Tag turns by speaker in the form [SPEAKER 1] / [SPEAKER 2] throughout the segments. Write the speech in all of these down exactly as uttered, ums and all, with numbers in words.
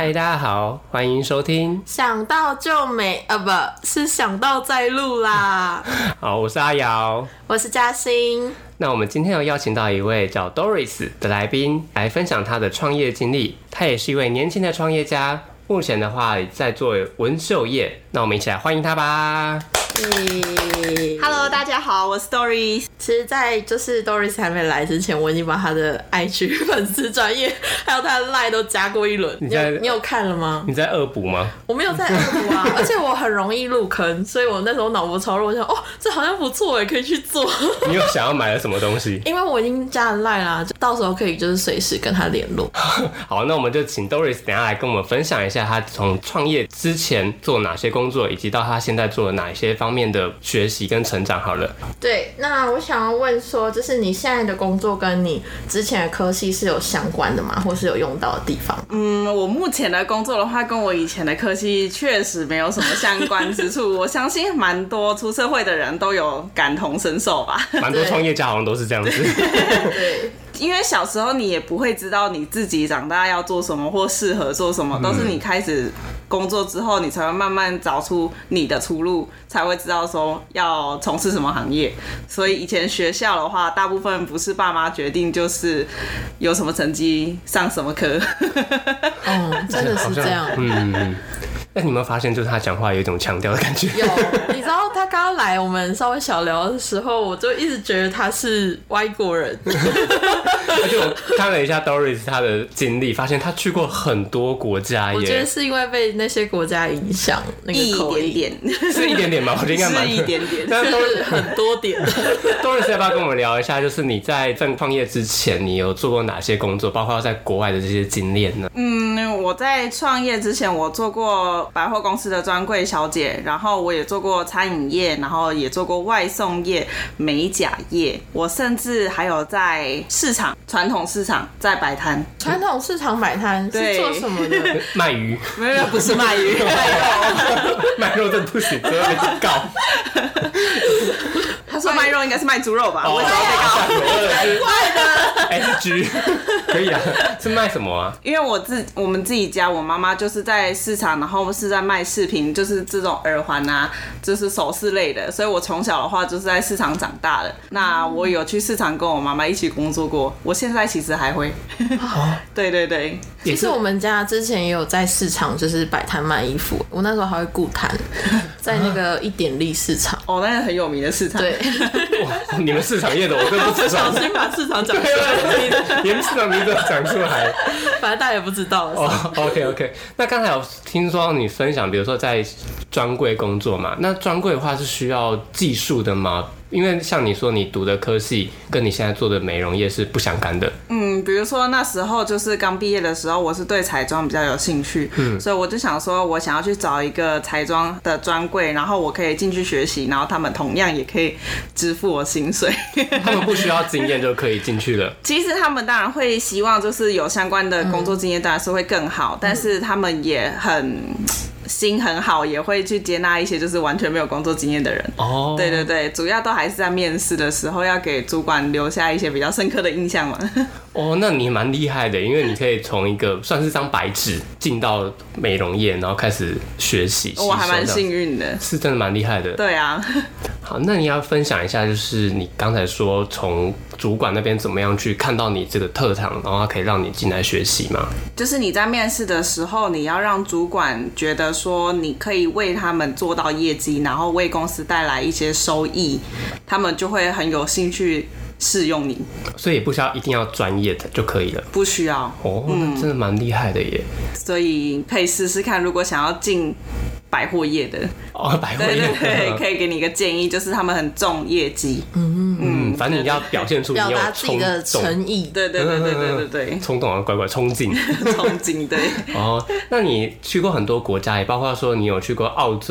[SPEAKER 1] 嗨，大家好，欢迎收听
[SPEAKER 2] 想到就美，呃，不是想到再录啦。
[SPEAKER 1] 好，我是阿瑶，
[SPEAKER 2] 我是嘉欣。
[SPEAKER 1] 那我们今天有邀请到一位叫 Doris 的来宾来分享他的创业经历。他也是一位年轻的创业家，目前的话在做纹绣业。那我们一起来欢迎他吧。
[SPEAKER 2] Hello， 大家好，我是 Doris。其实，在就是 Doris 还没来之前，我已经把他的 I G 粉丝专页还有他的 Line 都加过一轮。你有你有看了吗？
[SPEAKER 1] 你在恶补吗？
[SPEAKER 2] 我没有在恶补啊，而且我很容易入坑，所以我那时候脑波超弱，我想哦，这好像不错哎，可以去做。
[SPEAKER 1] 你有想要买了什么东西？
[SPEAKER 2] 因为我已经加了 Line 啦，到时候可以就是随时跟他联络。
[SPEAKER 1] 好，那我们就请 Doris 等一下来跟我们分享一下他从创业之前做哪些工作，以及到他现在做了哪一些方面的学习跟成长。好了，
[SPEAKER 2] 对，那我想要问说，就是你现在的工作跟你之前的科系是有相关的吗？或是有用到的地方？
[SPEAKER 3] 嗯，我目前的工作的话，跟我以前的科系确实没有什么相关之处。我相信蛮多出社会的人都有感同身受吧。
[SPEAKER 1] 蛮多创业家好像都是这样子。
[SPEAKER 2] 对。
[SPEAKER 3] 因为小时候你也不会知道你自己长大要做什么或适合做什么，都是你开始工作之后，你才会慢慢找出你的出路，才会知道说要从事什么行业。所以以前学校的话，大部分不是爸妈决定，就是有什么成绩上什么科。
[SPEAKER 2] 哦，真的是这样。
[SPEAKER 1] 嗯。那你有没有发现，就是他讲话有一种强调的感觉？
[SPEAKER 2] 有，你知道他刚刚来我们稍微小聊的时候，我就一直觉得他是外国人。
[SPEAKER 1] 而且我看了一下 Doris 他的经历，发现他去过很多国家耶。
[SPEAKER 2] 我觉得是因为被那些国家影响，那个口音
[SPEAKER 3] 一点点，
[SPEAKER 1] 是一点点吗？我觉得应该蛮
[SPEAKER 3] 是一点点，
[SPEAKER 1] 但
[SPEAKER 2] 是很多点。
[SPEAKER 1] Doris 要不要跟我们聊一下，就是你在份创业之前，你有做过哪些工作，包括在国外的这些经验呢？
[SPEAKER 3] 嗯，我在创业之前，我做过百货公司的专柜小姐，然后我也做过餐饮业，然后也做过外送业、美甲业，我甚至还有在市场传统市场在摆摊。
[SPEAKER 2] 传统市场摆摊是做什么的？
[SPEAKER 1] 卖鱼？
[SPEAKER 3] 没有，不是卖鱼，卖
[SPEAKER 1] 肉。卖肉真不行，这会被告。
[SPEAKER 3] 他说卖肉应该是卖猪肉吧？
[SPEAKER 1] 哦、
[SPEAKER 3] 为什么被告？
[SPEAKER 2] 怪的
[SPEAKER 1] S G 可以啊，是卖什么啊？
[SPEAKER 3] 因为我自我们自己家，我妈妈就是在市场，然后是在卖饰品，就是这种耳环啊，就是首饰类的，所以我从小的话就是在市场长大的。那我有去市场跟我妈妈一起工作过，我现在其实还会。哦、对对对，
[SPEAKER 2] 其实我们家之前也有在市场就是摆摊卖衣服，我那时候还会顾摊，在那个一点力市场。
[SPEAKER 3] 哦，那是很有名的市场。
[SPEAKER 2] 对。
[SPEAKER 1] 哇，你们市场业的我真不知道。
[SPEAKER 2] 小心把市场讲出来，
[SPEAKER 1] 连市场名字都讲出来，
[SPEAKER 2] 反正大家也不知道。
[SPEAKER 1] 哦 ，OK OK。那刚才有听说你分享，比如说在专柜工作嘛，那专柜的话是需要技术的吗？因为像你说，你读的科系跟你现在做的美容业是不相干的。
[SPEAKER 3] 嗯，比如说那时候就是刚毕业的时候，我是对彩妆比较有兴趣，嗯，所以我就想说，我想要去找一个彩妆的专柜，然后我可以进去学习，然后他们同样也可以支付我薪水。
[SPEAKER 1] 他们不需要经验就可以进去了。
[SPEAKER 3] 其实他们当然会希望就是有相关的工作经验，当然是会更好，嗯、但是他们也很。心很好，也会去接纳一些就是完全没有工作经验的人。哦，对对对，主要都还是在面试的时候要给主管留下一些比较深刻的印象嘛。
[SPEAKER 1] 哦，那你蛮厉害的，因为你可以从一个算是张白纸进到美容业，然后开始学习。
[SPEAKER 3] 我还蛮幸运的，
[SPEAKER 1] 是真的蛮厉害的。
[SPEAKER 3] 对啊。
[SPEAKER 1] 好，那你要分享一下，就是你刚才说从主管那边怎么样去看到你这个特长，然后他可以让你进来学习吗？
[SPEAKER 3] 就是你在面试的时候，你要让主管觉得说你可以为他们做到业绩，然后为公司带来一些收益，他们就会很有兴趣试用你。
[SPEAKER 1] 所以也不需要一定要专业的就可以了。
[SPEAKER 3] 不需要。
[SPEAKER 1] 哦，那真的蛮厉害的耶。
[SPEAKER 3] 所以可以试试看，如果想要进百货业的
[SPEAKER 1] 哦，百货业
[SPEAKER 3] 对对对，可以给你一个建议，就是他们很重业绩，
[SPEAKER 1] 嗯嗯，反正你要表现出你有
[SPEAKER 2] 表达自己的诚意，
[SPEAKER 3] 对对对对对对对，
[SPEAKER 1] 冲动啊，乖乖冲劲，
[SPEAKER 3] 冲劲，对。
[SPEAKER 1] 哦，那你去过很多国家，也包括说你有去过澳洲、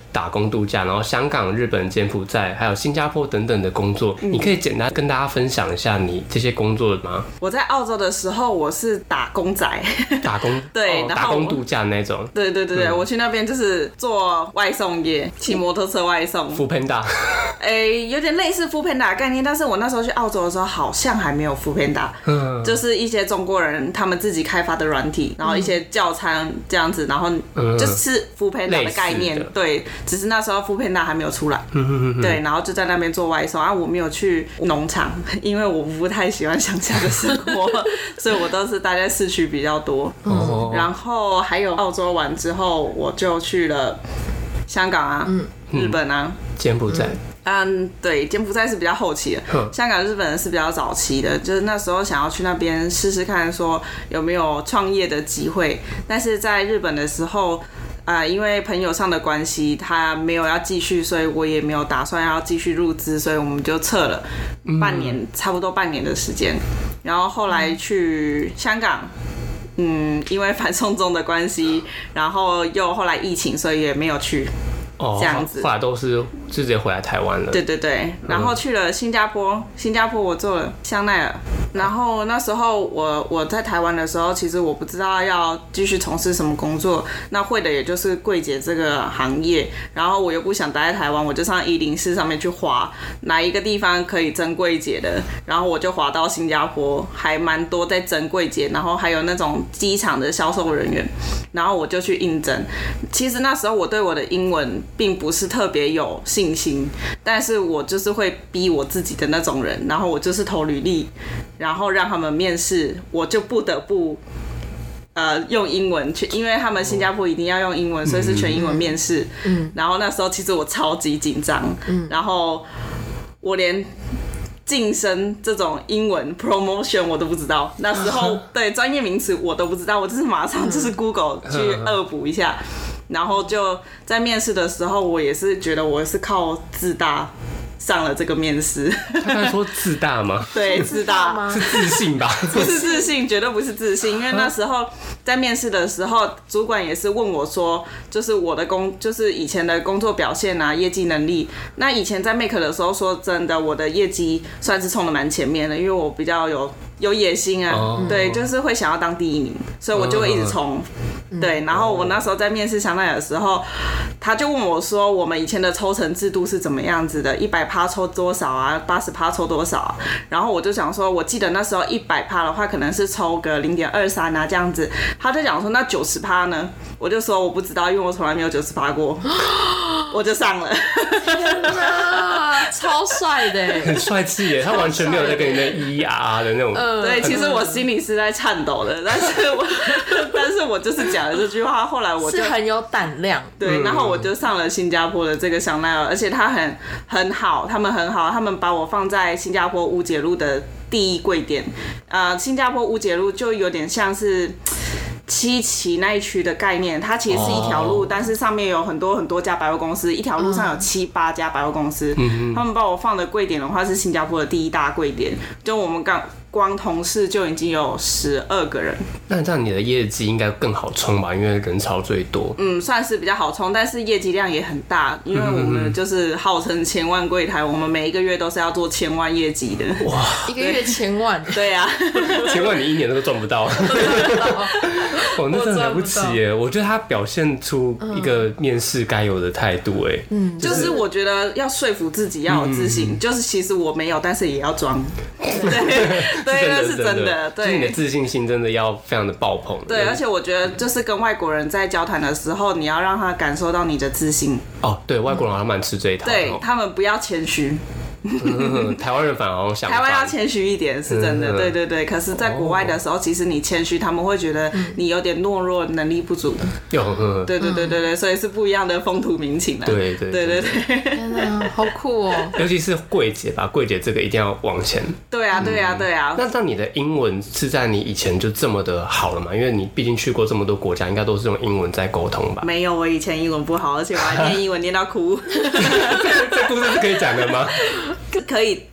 [SPEAKER 1] 打工度假，然后香港、日本、柬埔寨还有新加坡等等的工作，嗯、你可以简单跟大家分享一下你这些工作吗？
[SPEAKER 3] 我在澳洲的时候，我是打工仔，
[SPEAKER 1] 打工
[SPEAKER 3] 对、
[SPEAKER 1] 哦，打工度假那种。
[SPEAKER 3] 对对对对、嗯，我去那边就是做外送业，骑摩托车外送。
[SPEAKER 1] Foodpanda，
[SPEAKER 3] 哎、欸，有点类似 Foodpanda 的概念，但是我那时候去澳洲的时候，好像还没有 Foodpanda，嗯，就是一些中国人他们自己开发的软体，然后一些叫餐这样子，然后就是 Foodpanda 的概念，对，只是那时候 Foodpanda 还没有出来，嗯、对，然后就在那边做外送啊，我没有去农场，因为我不太喜欢乡下的生活，所以我都是待在市区比较多，嗯，然后还有澳洲完之后，我就去了香港啊，嗯、日本啊，
[SPEAKER 1] 柬埔寨。
[SPEAKER 3] 嗯，对，柬埔寨是比较后期的，香港、日本是比较早期的，就是那时候想要去那边试试看，说有没有创业的机会。但是在日本的时候，呃，因为朋友上的关系，他没有要继续，所以我也没有打算要继续入资，所以我们就撤了半年，嗯、差不多半年的时间。然后后来去香港。嗯，因为反送中的关系，然后又后来疫情，所以也没有去。哦，这样子，
[SPEAKER 1] 后来都是直接回来台湾了。
[SPEAKER 3] 对对对，然后去了新加坡，新加坡我做了香奈儿。然后那时候我我在台湾的时候，其实我不知道要继续从事什么工作，那会的也就是柜姐这个行业。然后我又不想待在台湾，我就上一零四上面去滑哪一个地方可以征柜姐的，然后我就滑到新加坡，还蛮多在征柜姐，然后还有那种机场的销售人员，然后我就去应征。其实那时候我对我的英文并不是特别有信心，但是我就是会逼我自己的那种人，然后我就是投履历，然后让他们面试，我就不得不呃用英文去，因为他们新加坡一定要用英文，所以是全英文面试。嗯，然后那时候其实我超级紧张，嗯，然后我连晋升这种英文 promotion 我都不知道，那时候对专业名词我都不知道，我就是马上就是 Google 去恶补一下。然后就在面试的时候，我也是觉得我是靠自大上了这个面试。
[SPEAKER 1] 他刚才说自大吗？
[SPEAKER 3] 对，自大
[SPEAKER 2] 吗？
[SPEAKER 1] 是自信吧？
[SPEAKER 3] 不是自信，绝对不是自信。因为那时候在面试的时候，主管也是问我说，就是我的工，就是以前的工作表现啊，业绩能力。那以前在 Make 的时候，说真的，我的业绩算是冲得蛮前面的，因为我比较有有野心啊， oh. 对，就是会想要当第一名，所以我就会一直冲。Oh. 对，然后我那时候在面试香奈儿的时候，他就问我说，我们以前的抽成制度是怎么样子的？一百趴抽多少啊？八十趴抽多少啊？然后我就想说，我记得那时候一百趴的话，可能是抽个零点二三啊这样子。他就讲说，那九十趴呢？我就说我不知道，因为我从来没有九十趴过，我就上了。
[SPEAKER 2] 天哪，超帅的，
[SPEAKER 1] 很帅气耶！他完全没有在跟你那咿呀啊的那种。
[SPEAKER 3] 呃、对，其实我心里是在颤抖的，但是我但是我就是讲了这句话，后来我就是
[SPEAKER 2] 很有胆量。
[SPEAKER 3] 对，然后我就上了新加坡的这个香奈儿，而且他很很好，他们很好，他们把我放在新加坡乌节路的第一柜点。呃，新加坡乌节路就有点像是七期那一区的概念，它其实是一条路， oh. 但是上面有很多很多家百货公司，一条路上有七八家百货公司。嗯、他们把我放的柜点的话，是新加坡的第一大柜点，就我们刚光同事就已经有十二个人。
[SPEAKER 1] 那这样你的业绩应该更好冲吧？因为人潮最多。
[SPEAKER 3] 嗯，算是比较好冲，但是业绩量也很大，因为我们就是号称千万柜台，我们每一个月都是要做千万业绩的。
[SPEAKER 2] 哇，一个月千万？
[SPEAKER 3] 对啊，
[SPEAKER 1] 千万你一年都赚不到。哦，那真的了不起耶！我觉得他表现出一个面试该有的态度，哎，
[SPEAKER 3] 嗯，就是我觉得要说服自己要有自信，嗯、就是其实我没有，但是也要装。对，对，那是真的。对，
[SPEAKER 1] 就是你的自信心真的要非常的爆棚。
[SPEAKER 3] 对，而且我觉得就是跟外国人在交谈的时候，你要让他感受到你的自信。
[SPEAKER 1] 哦，对，外国人好像蛮吃这一套。
[SPEAKER 3] 对，他们不要谦虚。
[SPEAKER 1] 嗯、台湾人反而好像想
[SPEAKER 3] 台湾要谦虚一点是真的，嗯、对对对。可是，在国外的时候，哦、其实你谦虚，他们会觉得你有点懦弱，能力不足。有，嗯、对对对对对，所以是不一样的风土民情的。
[SPEAKER 1] 对对对对
[SPEAKER 3] 对，
[SPEAKER 2] 天哪，好酷哦！
[SPEAKER 1] 尤其是柜姐吧，柜姐这个一定要往前。
[SPEAKER 3] 对啊对啊对啊。
[SPEAKER 1] 那那你的英文是在你以前就这么的好了吗？因为你毕竟去过这么多国家，应该都是用英文在沟通吧？
[SPEAKER 3] 没有，我以前英文不好，而且我还念英文念到哭。
[SPEAKER 1] 这故事是可以讲的吗？
[SPEAKER 3] 可以。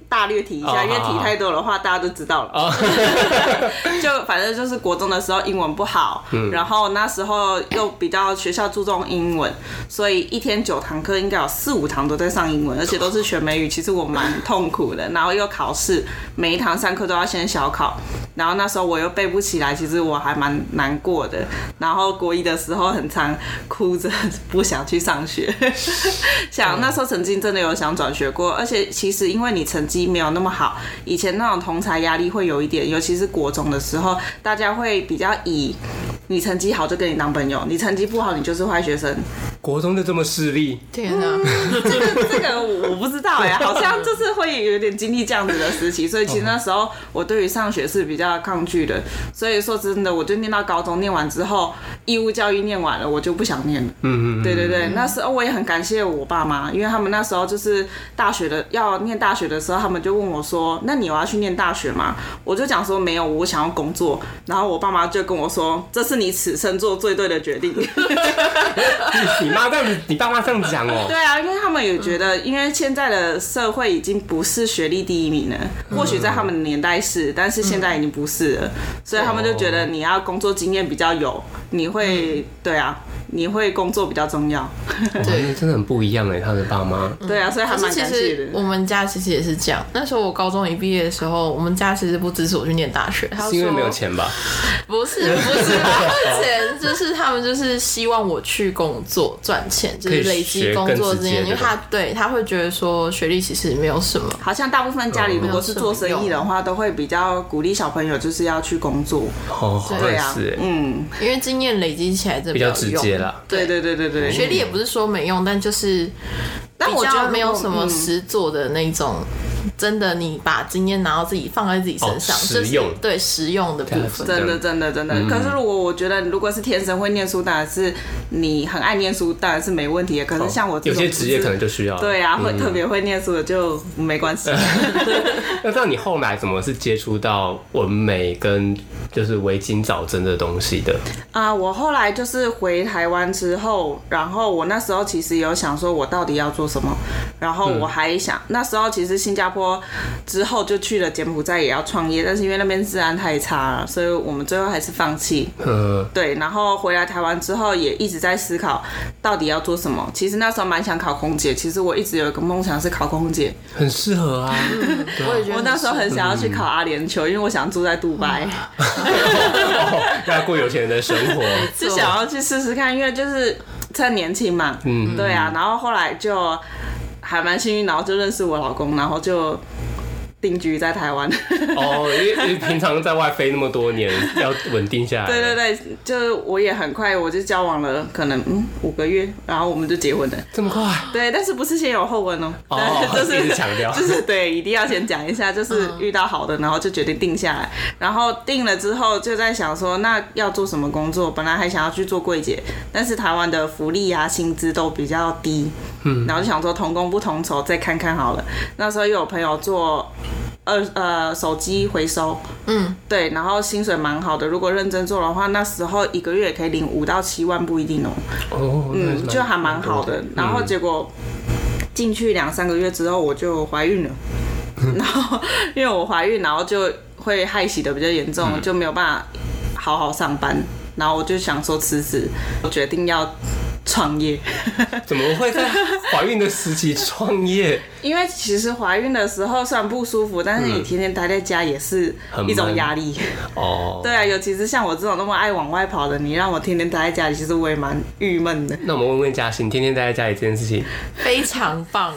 [SPEAKER 3] 大略提一下，因为提太多的话大家都知道了。哦、就反正就是国中的时候英文不好，嗯、然后那时候又比较学校注重英文，所以一天九堂课应该有四五堂都在上英文，而且都是全美语。其实我蛮痛苦的，然后又考试，每一堂上课都要先小考，然后那时候我又背不起来，其实我还蛮难过的。然后国一的时候很常哭着不想去上学，想那时候曾经真的有想转学过，而且其实因为你成绩没有那么好，以前那种同侪压力会有一点，尤其是国中的时候，大家会比较以你成绩好就跟你当朋友，你成绩不好你就是坏学生。
[SPEAKER 1] 国中就这么势利？
[SPEAKER 2] 天哪、嗯，
[SPEAKER 3] 这个这个我不知道哎、欸，好像就是会有点经历这样子的时期，所以其实那时候我对于上学是比较抗拒的。所以说真的，我就念到高中，念完之后义务教育念完了，我就不想念了。嗯嗯，对对对，那时候我也很感谢我爸妈，因为他们那时候就是大学的要念大学的时候，他们就问我说：“那你有要去念大学吗？”我就讲说没有，我想要工作。然后我爸妈就跟我说：“这是你此生做最对的决定。”
[SPEAKER 1] 你妈这样子，你爸妈这样讲哦？
[SPEAKER 3] 对啊，因为他们也觉得，因为现在的社会已经不是学历第一名了，或许在他们的年代是，但是现在已经不是了，所以他们就觉得你要工作经验比较有，你会对啊。你会工作比较重要，
[SPEAKER 1] 对，真的很不一样哎，他的爸妈。
[SPEAKER 3] 对啊，所以还蛮感谢的。
[SPEAKER 2] 我们家其实也是这样。那时候我高中一毕业的时候，我们家其实不支持我去念大学，他说
[SPEAKER 1] 是因为没有钱吧？
[SPEAKER 2] 不是，不是没有钱，就是他们就是希望我去工作赚钱，就是累积工作经验，因为他对他会觉得说学历其实没有什么。
[SPEAKER 3] 好像大部分家里如果是做生意的话，都会比较鼓励小朋友就是要去工作。
[SPEAKER 1] 哦，对啊，
[SPEAKER 3] 嗯，
[SPEAKER 2] 因为经验累积起来真的
[SPEAKER 1] 比较直接啦。
[SPEAKER 3] 对对对对对，
[SPEAKER 2] 学历也不是说没用，但就是比较没有什么实作的那种。真的，你把经验拿到自己放在自己身上，
[SPEAKER 1] 哦、实用、
[SPEAKER 2] 就是、对实用的部分，
[SPEAKER 3] 真的真的真的。嗯、可是如果我觉得，如果是天生会念书，当然是你很爱念书，当然是没问题的。可是像我这种、
[SPEAKER 1] 哦、有些职业可能就需要，
[SPEAKER 3] 对啊，会特别会念书的就没关系。
[SPEAKER 1] 那这样你后来怎么是接触到纹眉跟就是围巾早针的东西的？
[SPEAKER 3] 啊、呃，我后来就是回台湾之后，然后我那时候其实有想说，我到底要做什么，然后我还想、嗯、那时候其实新加坡。之后就去了柬埔寨也要创业，但是因为那边治安太差了，所以我们最后还是放弃。嗯，对，然后回来台湾之后也一直在思考到底要做什么。其实那时候蛮想考空姐，其实我一直有一个梦想是考空姐，
[SPEAKER 1] 很适合啊。
[SPEAKER 2] 嗯、我也觉得
[SPEAKER 3] 我那时候很想要去考阿联酋，因为我想住在杜拜，
[SPEAKER 1] 要过有钱人的生活，
[SPEAKER 3] 是想要去试试看，因为就是趁年轻嘛。嗯，对啊，然后后来就。还蛮幸运，然后就认识我老公，然后就定居在台湾。
[SPEAKER 1] 哦，因为平常在外飞那么多年，要稳定下来。
[SPEAKER 3] 对对对，就我也很快，我就交往了，可能嗯五个月，然后我们就结婚了。
[SPEAKER 1] 这么快？
[SPEAKER 3] 对，但是不是先有后婚哦？
[SPEAKER 1] 哦，
[SPEAKER 3] 就是
[SPEAKER 1] 一直强调，
[SPEAKER 3] 就是对，一定要先讲一下，就是遇到好的，然后就决定定下来，然后定了之后就在想说，那要做什么工作？本来还想要去做柜姐，但是台湾的福利啊、薪资都比较低。嗯，然后就想说同工不同酬，再看看好了。那时候又有朋友做呃呃手机回收，嗯，对，然后薪水蛮好的。如果认真做的话，那时候一个月也可以领五到七万，不一定哦。哦，嗯，就还蛮好的。然后结果进去两三个月之后，我就怀孕了。然后因为我怀孕，然后就会害喜的比较严重，嗯、就没有办法好好上班。然后我就想说辞职，我决定要。创业
[SPEAKER 1] 怎么会在怀孕的时期创业？
[SPEAKER 3] 因为其实怀孕的时候虽然不舒服，但是你天天待在家也是一种压力。哦，对啊，尤其是像我这种那么爱往外跑的，你让我天天待在家里，其实我也蛮郁闷的。
[SPEAKER 1] 那我们问问嘉欣，天天待在家里这件事情
[SPEAKER 2] 非常棒。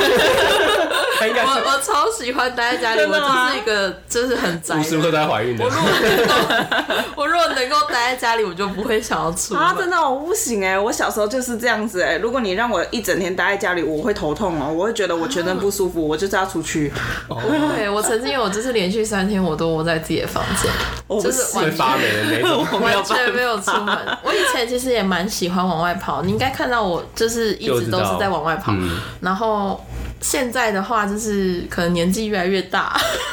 [SPEAKER 2] 我我超喜欢待在家里，我就是一个就是很宅，
[SPEAKER 1] 无时无刻都在怀孕的。
[SPEAKER 2] 我如果能够，我如果能够待在家里，我就不会想要出门。
[SPEAKER 3] 啊，真的我不行哎、欸！我小时候就是这样子哎、欸。如果你让我一整天待在家里，我会头痛哦、喔，我会觉得我全身不舒服，我就是要出去。
[SPEAKER 2] 哦、对，我曾经有就是连续三天我都窝在自己的房间，就是
[SPEAKER 1] 完全发霉的那种，
[SPEAKER 2] 完全没有出门。我以前其实也蛮喜欢往外跑，你应该看到我就是一直都是在往外跑，嗯、然后。现在的话，就是可能年纪越来越大，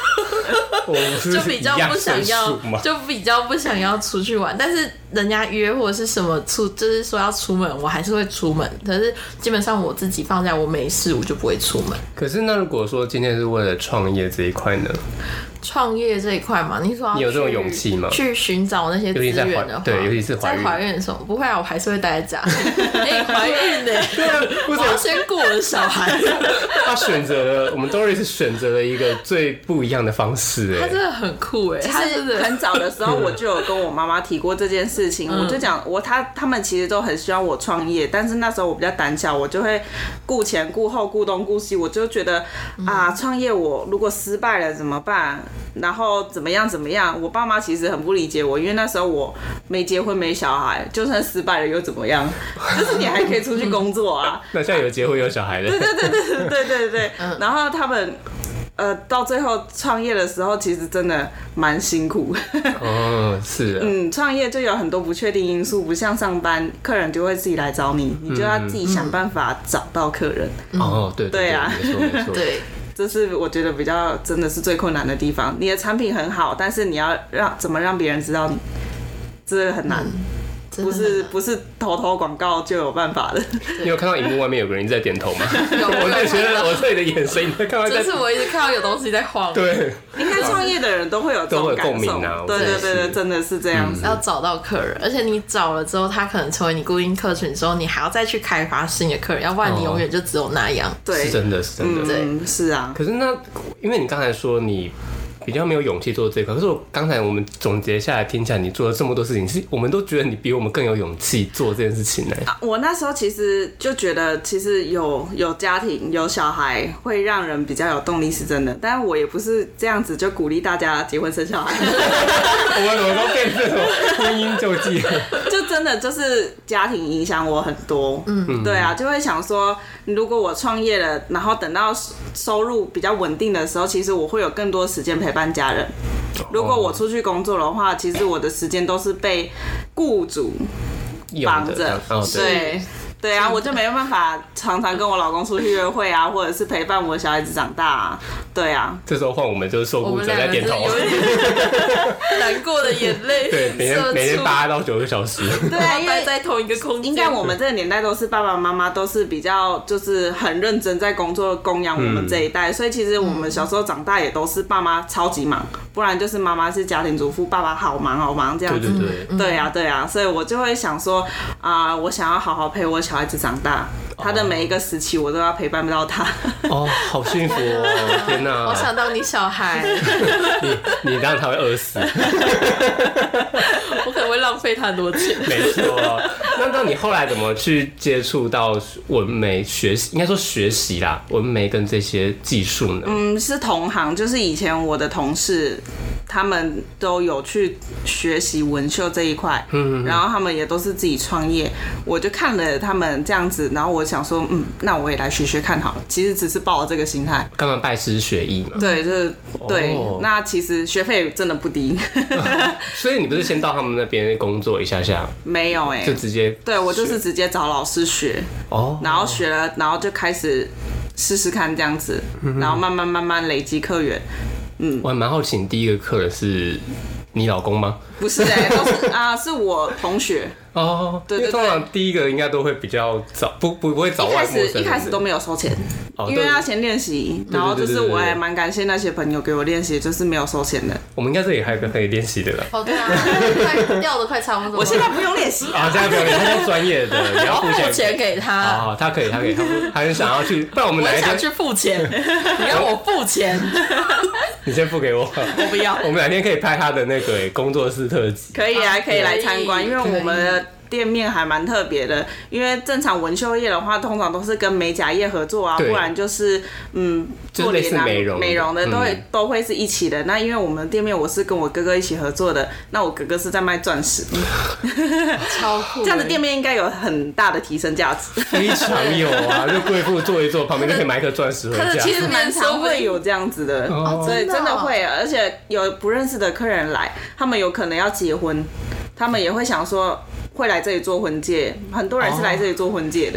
[SPEAKER 2] 就比较不想要，就比较不想要出去玩。但是人家约或者是什么出，就是说要出门，我还是会出门。可是基本上我自己放假我没事，我就不会出门。
[SPEAKER 1] 可是那如果说今天是为了创业这一块呢？
[SPEAKER 2] 创业这一块嘛，你说要
[SPEAKER 1] 你有这种勇气吗？
[SPEAKER 2] 去寻找那些资源的话，
[SPEAKER 1] 对，尤其是怀孕，
[SPEAKER 2] 在怀孕的时候，不会啊，我还是会待在家。哎，怀孕呢？我要先顾我的小孩。
[SPEAKER 1] 他选择了，我们 Doris 选择了一个最不一样的方式，哎，
[SPEAKER 2] 他真的很酷哎。
[SPEAKER 3] 他真的很早的时候我就有跟我妈妈提过这件事情，我就讲我他他们其实都很希望我创业，但是那时候我比较胆小，我就会顾前顾后顾东顾西，我就觉得啊，创业我如果失败了怎么办？然后怎么样怎么样？我爸妈其实很不理解我，因为那时候我没结婚没小孩，就算失败了又怎么样？就是你还可以出去工作啊。
[SPEAKER 1] 那现在有结婚有小孩了。
[SPEAKER 3] 对对对对对对对。然后他们呃到最后创业的时候，其实真的蛮辛苦。
[SPEAKER 1] 哦，是。嗯，
[SPEAKER 3] 创业就有很多不确定因素，不像上班，客人就会自己来找你，你就要自己想办法找到客人。
[SPEAKER 1] 嗯、哦，对对啊，没错没错。
[SPEAKER 2] 对。
[SPEAKER 3] 这是我觉得比较真的是最困难的地方。你的产品很好，但是你要让怎么让别人知道你，这个很难。嗯不是不是投投广告就有办法的。
[SPEAKER 1] 你有看到荧幕外面有个人一直在点头吗？有，我就觉得我这里的眼神，你在看到在。
[SPEAKER 2] 就是我一直看到有东西在晃。
[SPEAKER 1] 对，
[SPEAKER 3] 应该创业的人都会有这种感受，
[SPEAKER 1] 都会共鸣啊。
[SPEAKER 3] 对对对对，真的是这样子。
[SPEAKER 2] 要找到客人，而且你找了之后，他可能成为你固定客群之后，你还要再去开发新的客人，要不然你永远就只有那样。
[SPEAKER 3] 对，
[SPEAKER 1] 是真的是真的，
[SPEAKER 3] 对，是啊。
[SPEAKER 1] 可是那，因为你刚才说你比较没有勇气做这个，可是我刚才我们总结下来听起来，你做了这么多事情，是我们都觉得你比我们更有勇气做这件事情呢、
[SPEAKER 3] 啊。我那时候其实就觉得，其实有有家庭有小孩会让人比较有动力，是真的。但是我也不是这样子就鼓励大家结婚生小孩。
[SPEAKER 1] 我们怎么都变这种婚姻救济了？
[SPEAKER 3] 就真的就是家庭影响我很多。嗯，对啊，就会想说，如果我创业了，然后等到收入比较稳定的时候，其实我会有更多时间陪伴家人。如果我出去工作的话，其实我的时间都是被雇主绑着。
[SPEAKER 1] 哦，
[SPEAKER 3] 对。对啊，我就没办法常常跟我老公出去约会啊，或者是陪伴我的小孩子长大啊。对啊，
[SPEAKER 1] 这时候换我们就是受雇者在点头，
[SPEAKER 2] 难过的眼泪。
[SPEAKER 1] 对，每天每天八到九个小时。
[SPEAKER 3] 对啊，
[SPEAKER 2] 待在同一个空间。
[SPEAKER 3] 应该我们这个年代都是爸爸妈妈都是比较就是很认真在工作供养我们这一代，嗯、所以其实我们小时候长大也都是爸妈超级忙，不然就是妈妈是家庭主妇，爸爸好忙好忙这样子。
[SPEAKER 1] 对对对。
[SPEAKER 3] 对啊对啊，所以我就会想说啊、呃，我想要好好陪我小孩子长大，他的每一个时期我都要陪伴到他。
[SPEAKER 1] 哦，好幸福哦！天哪，
[SPEAKER 2] 我想当你小孩。
[SPEAKER 1] 你你当然他会饿死。
[SPEAKER 2] 我可能会浪费他很多钱。
[SPEAKER 1] 没错。那到你后来怎么去接触到纹眉学习？应该说学习啦，纹眉跟这些技术呢？
[SPEAKER 3] 嗯，是同行，就是以前我的同事。他们都有去学习纹绣这一块，嗯，然后他们也都是自己创业，我就看了他们这样子，然后我想说，嗯，那我也来学学看好了。其实只是抱了这个心态，
[SPEAKER 1] 干嘛拜师学艺嘛？
[SPEAKER 3] 对，就是对。哦、那其实学费真的不低，
[SPEAKER 1] 所以你不是先到他们那边工作一下下？
[SPEAKER 3] 没有哎、欸，
[SPEAKER 1] 就直接
[SPEAKER 3] 对我就是直接找老师学，哦，然后学了，然后就开始试试看这样子，然后慢慢慢慢累积客源。嗯，
[SPEAKER 1] 我还蛮好奇，你第一个客人是你老公吗？
[SPEAKER 3] 不是哎、欸，都是啊，是我同学。
[SPEAKER 1] 哦，对对对，通常第一个应该都会比较早，不不不会早外陌生人。
[SPEAKER 3] 一开始一开始都没有收钱，哦、因为要先练习。然后就是我还蛮感谢那些朋友给我练习，就是没有收钱的。
[SPEAKER 1] 我们应该这里还有个可以练习的啦。
[SPEAKER 2] 哦，对啊，快掉的快差不多。
[SPEAKER 3] 我现在不用练习
[SPEAKER 1] 啊，现在不用练习，他是专业的，你要付钱。
[SPEAKER 2] 付钱给他。
[SPEAKER 1] 啊，他可以，他可以，他他很想要去，不然我们哪一天
[SPEAKER 2] 我想去付钱，你让我付钱。
[SPEAKER 1] 你先付给我，
[SPEAKER 2] 我不要。
[SPEAKER 1] 我们哪天可以拍他的那个工作室特辑。
[SPEAKER 3] 可以啊，可以来参观，因为我们的店面还蛮特别的。因为正常纹绣业的话，通常都是跟美甲业合作啊，不然就是嗯做脸啊、美容美容的都会、嗯、都会是一起的。那因为我们店面我是跟我哥哥一起合作的，那我哥哥是在卖钻石，
[SPEAKER 2] 超酷。
[SPEAKER 3] 这样的店面应该有很大的提升价值。
[SPEAKER 1] 非常有啊，就贵妇坐一坐，旁边就可以买一颗钻石回家。
[SPEAKER 3] 其实蛮常会有这样子的，哦、所以真的会，而且有不认识的客人来，他们有可能要结婚，他们也会想说会来这里做婚戒，很多人是来这里做婚戒的。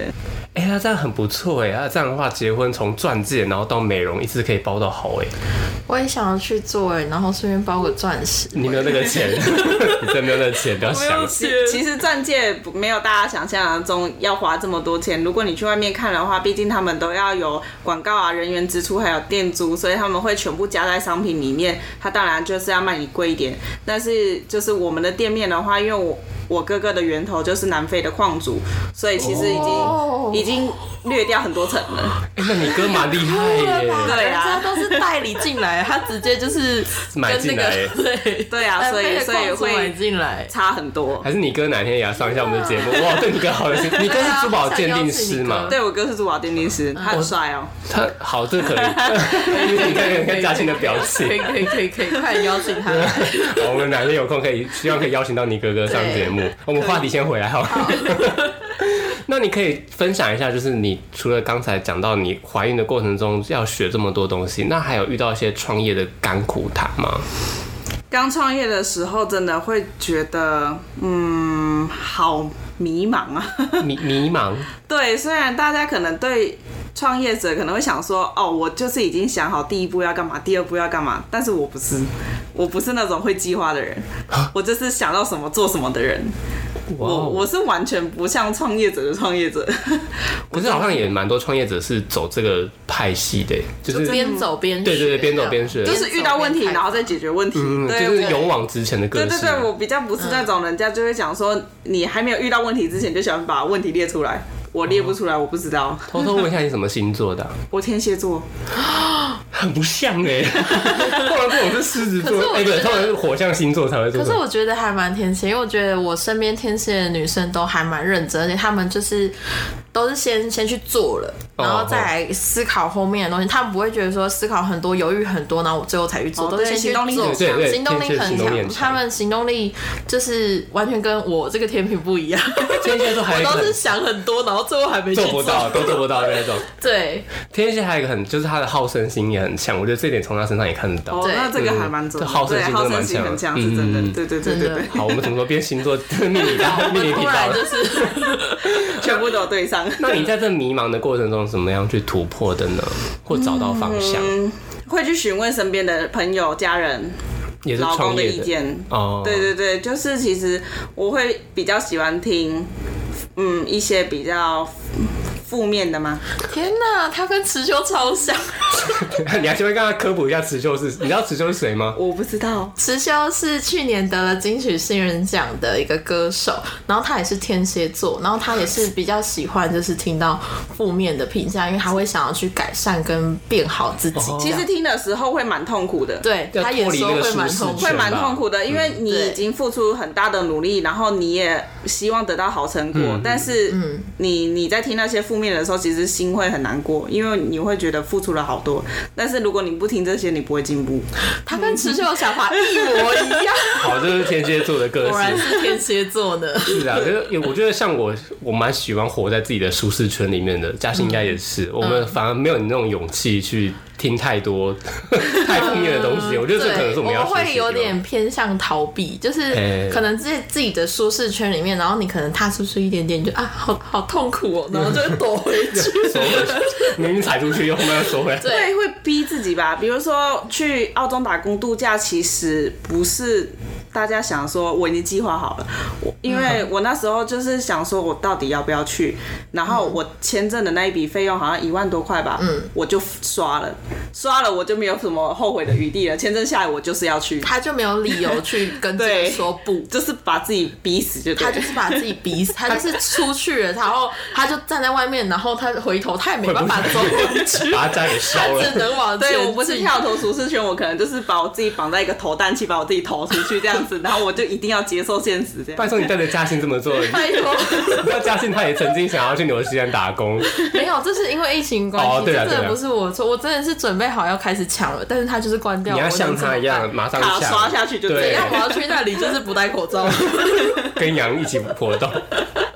[SPEAKER 1] 哎、欸，那这样很不错哎，那这样的话，结婚从钻戒然后到美容，一次可以包到好哎。
[SPEAKER 2] 我也想要去做哎，然后顺便包个钻石。
[SPEAKER 1] 你没有那个钱，你真没有那个钱，不要想。
[SPEAKER 3] 其实钻戒没有大家想象中要花这么多钱。如果你去外面看的话，毕竟他们都要有广告啊、人员支出，还有店租，所以他们会全部加在商品里面。它当然就是要卖你贵一点。但是就是我们的店面的话，因为我我哥哥的源头就是南非的矿主，所以其实已经、oh. 已经略掉很多层了。
[SPEAKER 1] 欸、那你哥蛮厉害耶！
[SPEAKER 2] 对啊，都是代理进来，他直接就是跟、那個、
[SPEAKER 1] 买进来。
[SPEAKER 2] 对
[SPEAKER 3] 对啊，所以所以会
[SPEAKER 2] 买进来
[SPEAKER 3] 差很多。
[SPEAKER 1] 还是你哥哪天也要上一下我们的节目？哇，对你哥好有心。你哥是珠宝鉴定师嘛？
[SPEAKER 3] 对，我哥是珠宝鉴定师，他很帅哦。
[SPEAKER 1] 他好，这可以。你看，你看嘉欣的表情，
[SPEAKER 2] 可以可以可以可以，快点邀请他来。
[SPEAKER 1] 好，我们哪天有空可以，希望可以邀请到你哥哥上节目。我们话题先回来好了。好那你可以分享一下，就是你除了刚才讲到你怀孕的过程中要学这么多东西，那还有遇到一些创业的甘苦谈吗？
[SPEAKER 3] 刚创业的时候，真的会觉得，嗯，好迷茫啊，
[SPEAKER 1] 迷迷茫。
[SPEAKER 3] 对，虽然大家可能对创业者可能会想说，哦，我就是已经想好第一步要干嘛，第二步要干嘛，但是我不是，我不是那种会计划的人，我就是想到什么做什么的人。我我是完全不像创业者的创业者，
[SPEAKER 1] 可是好像也蛮多创业者是走这个派系的，就是
[SPEAKER 2] 边走边学，
[SPEAKER 1] 对对对，边走边学，
[SPEAKER 3] 就是遇到问题然后再解决问题，
[SPEAKER 1] 嗯，就是勇往直前的个性。
[SPEAKER 3] 对对对，我比较不是那种人家就会讲说，你还没有遇到问题之前就想把问题列出来。我列不出来，我不知道。
[SPEAKER 1] 偷偷问一下，你什么星座的、啊？
[SPEAKER 3] 我天蝎座，
[SPEAKER 1] 很不像哎、欸。通常这种是狮子座，哎、欸、对，通常是火象星座才会做。
[SPEAKER 2] 可是我觉得还蛮天蝎，因为我觉得我身边天蝎的女生都还蛮认真，而且她们就是都是先先去做了，然后再来思考后面的东西。她们不会觉得说思考很多、犹豫很多，然后我最后才去做，
[SPEAKER 3] 哦、
[SPEAKER 2] 都是先去做。
[SPEAKER 1] 对对，
[SPEAKER 2] 行动力很强，她们行动力就是完全跟我这个天平不一样。
[SPEAKER 1] 天蝎座还有一个
[SPEAKER 2] 我都是想很多，然后最后还没去
[SPEAKER 1] 做不到，都做不到的那种。
[SPEAKER 2] 对，
[SPEAKER 1] 天蝎还有一个很，就是他的好胜心也很强，我觉得这点从他身上也看得到。
[SPEAKER 3] 哦，那这个还蛮重要的，
[SPEAKER 1] 好胜心真的蛮强，
[SPEAKER 3] 很强，是真的。对对对对对。
[SPEAKER 1] 好，我们怎么说变星座命理到命理频道，
[SPEAKER 2] 就是
[SPEAKER 3] 全部都对上。
[SPEAKER 1] 那你在这迷茫的过程中，怎么样去突破的呢？或找到方向？
[SPEAKER 3] 嗯，会去询问身边的朋友、家人。
[SPEAKER 1] 也是
[SPEAKER 3] 老公的
[SPEAKER 1] 的
[SPEAKER 3] 意见
[SPEAKER 1] 哦，
[SPEAKER 3] 对对对，就是其实我会比较喜欢听，嗯，一些比较负面的吗？
[SPEAKER 2] 天哪，他跟池修超像。
[SPEAKER 1] 你还先会跟他科普一下池修是，你知道池修是谁吗？
[SPEAKER 3] 我不知道。
[SPEAKER 2] 池修是去年得了金曲新人奖的一个歌手，然后他也是天蝎座，然后他也是比较喜欢就是听到负面的评价，因为他会想要去改善跟变好自己。
[SPEAKER 1] 哦、
[SPEAKER 3] 其实听的时候会蛮痛苦的，
[SPEAKER 2] 对，他也说会蛮痛苦，
[SPEAKER 3] 会蛮痛苦的，因为你已经付出很大的努力，然后你也希望得到好成果，嗯、但是你你在听那些负面的时候，其实心会很难过，因为你会觉得付出了好多，但是如果你不听这些，你不会进步。
[SPEAKER 2] 他跟池修的想法一模一样。
[SPEAKER 1] 好，这是天蝎座的个性，
[SPEAKER 2] 果然是天蝎座的。
[SPEAKER 1] 是啊，我觉得像我，我蛮喜欢活在自己的舒适圈里面的。嘉欣应该也是，嗯、我们反而没有你那种勇气去听太多太负面的东西。嗯、我觉得这可能是我们要学习的。我
[SPEAKER 2] 会有点偏向逃避，就是可能在自己的舒适圈里面，然后你可能踏出去一点点，就啊，好好痛苦哦，然后就会躲回去。
[SPEAKER 1] 收回去，明明踩出去，又后面要收回来。
[SPEAKER 3] 对，会逼自己吧。比如说去澳洲打工度假，其实不是大家想说我已经计划好了，我因为我那时候就是想说我到底要不要去，然后我签证的那一笔费用好像一万多块吧，嗯，我就刷了，刷了我就没有什么后悔的余地了。签证下来我就是要去，
[SPEAKER 2] 他就没有理由去跟这个说不，
[SPEAKER 3] 就是把自己逼死就对了。
[SPEAKER 2] 他就是把自己逼死，他就是出去了，然后他就站在外面，然后他回头他也没办法走回去，
[SPEAKER 1] 把他家给烧了，
[SPEAKER 2] 他只能往前进。
[SPEAKER 3] 对，我不是跳脱舒适圈，我可能就是把我自己绑在一个投弹器，把我自己投出去这样子，然后我就一定要接受现实这样。
[SPEAKER 1] 拜托你带着嘉欣这么做，
[SPEAKER 2] 拜托，
[SPEAKER 1] 你知道嘉欣他也曾经想要去纽西兰打工，
[SPEAKER 2] 没有，这是因为疫情关系，哦、对啊，真的不是我错，我真的是准备好要开始抢了，但是他就是关掉。
[SPEAKER 1] 你要像他一样，马上
[SPEAKER 3] 卡刷下去就对。
[SPEAKER 2] 怎样？我要去那里就是不戴口罩，
[SPEAKER 1] 跟羊一起活动。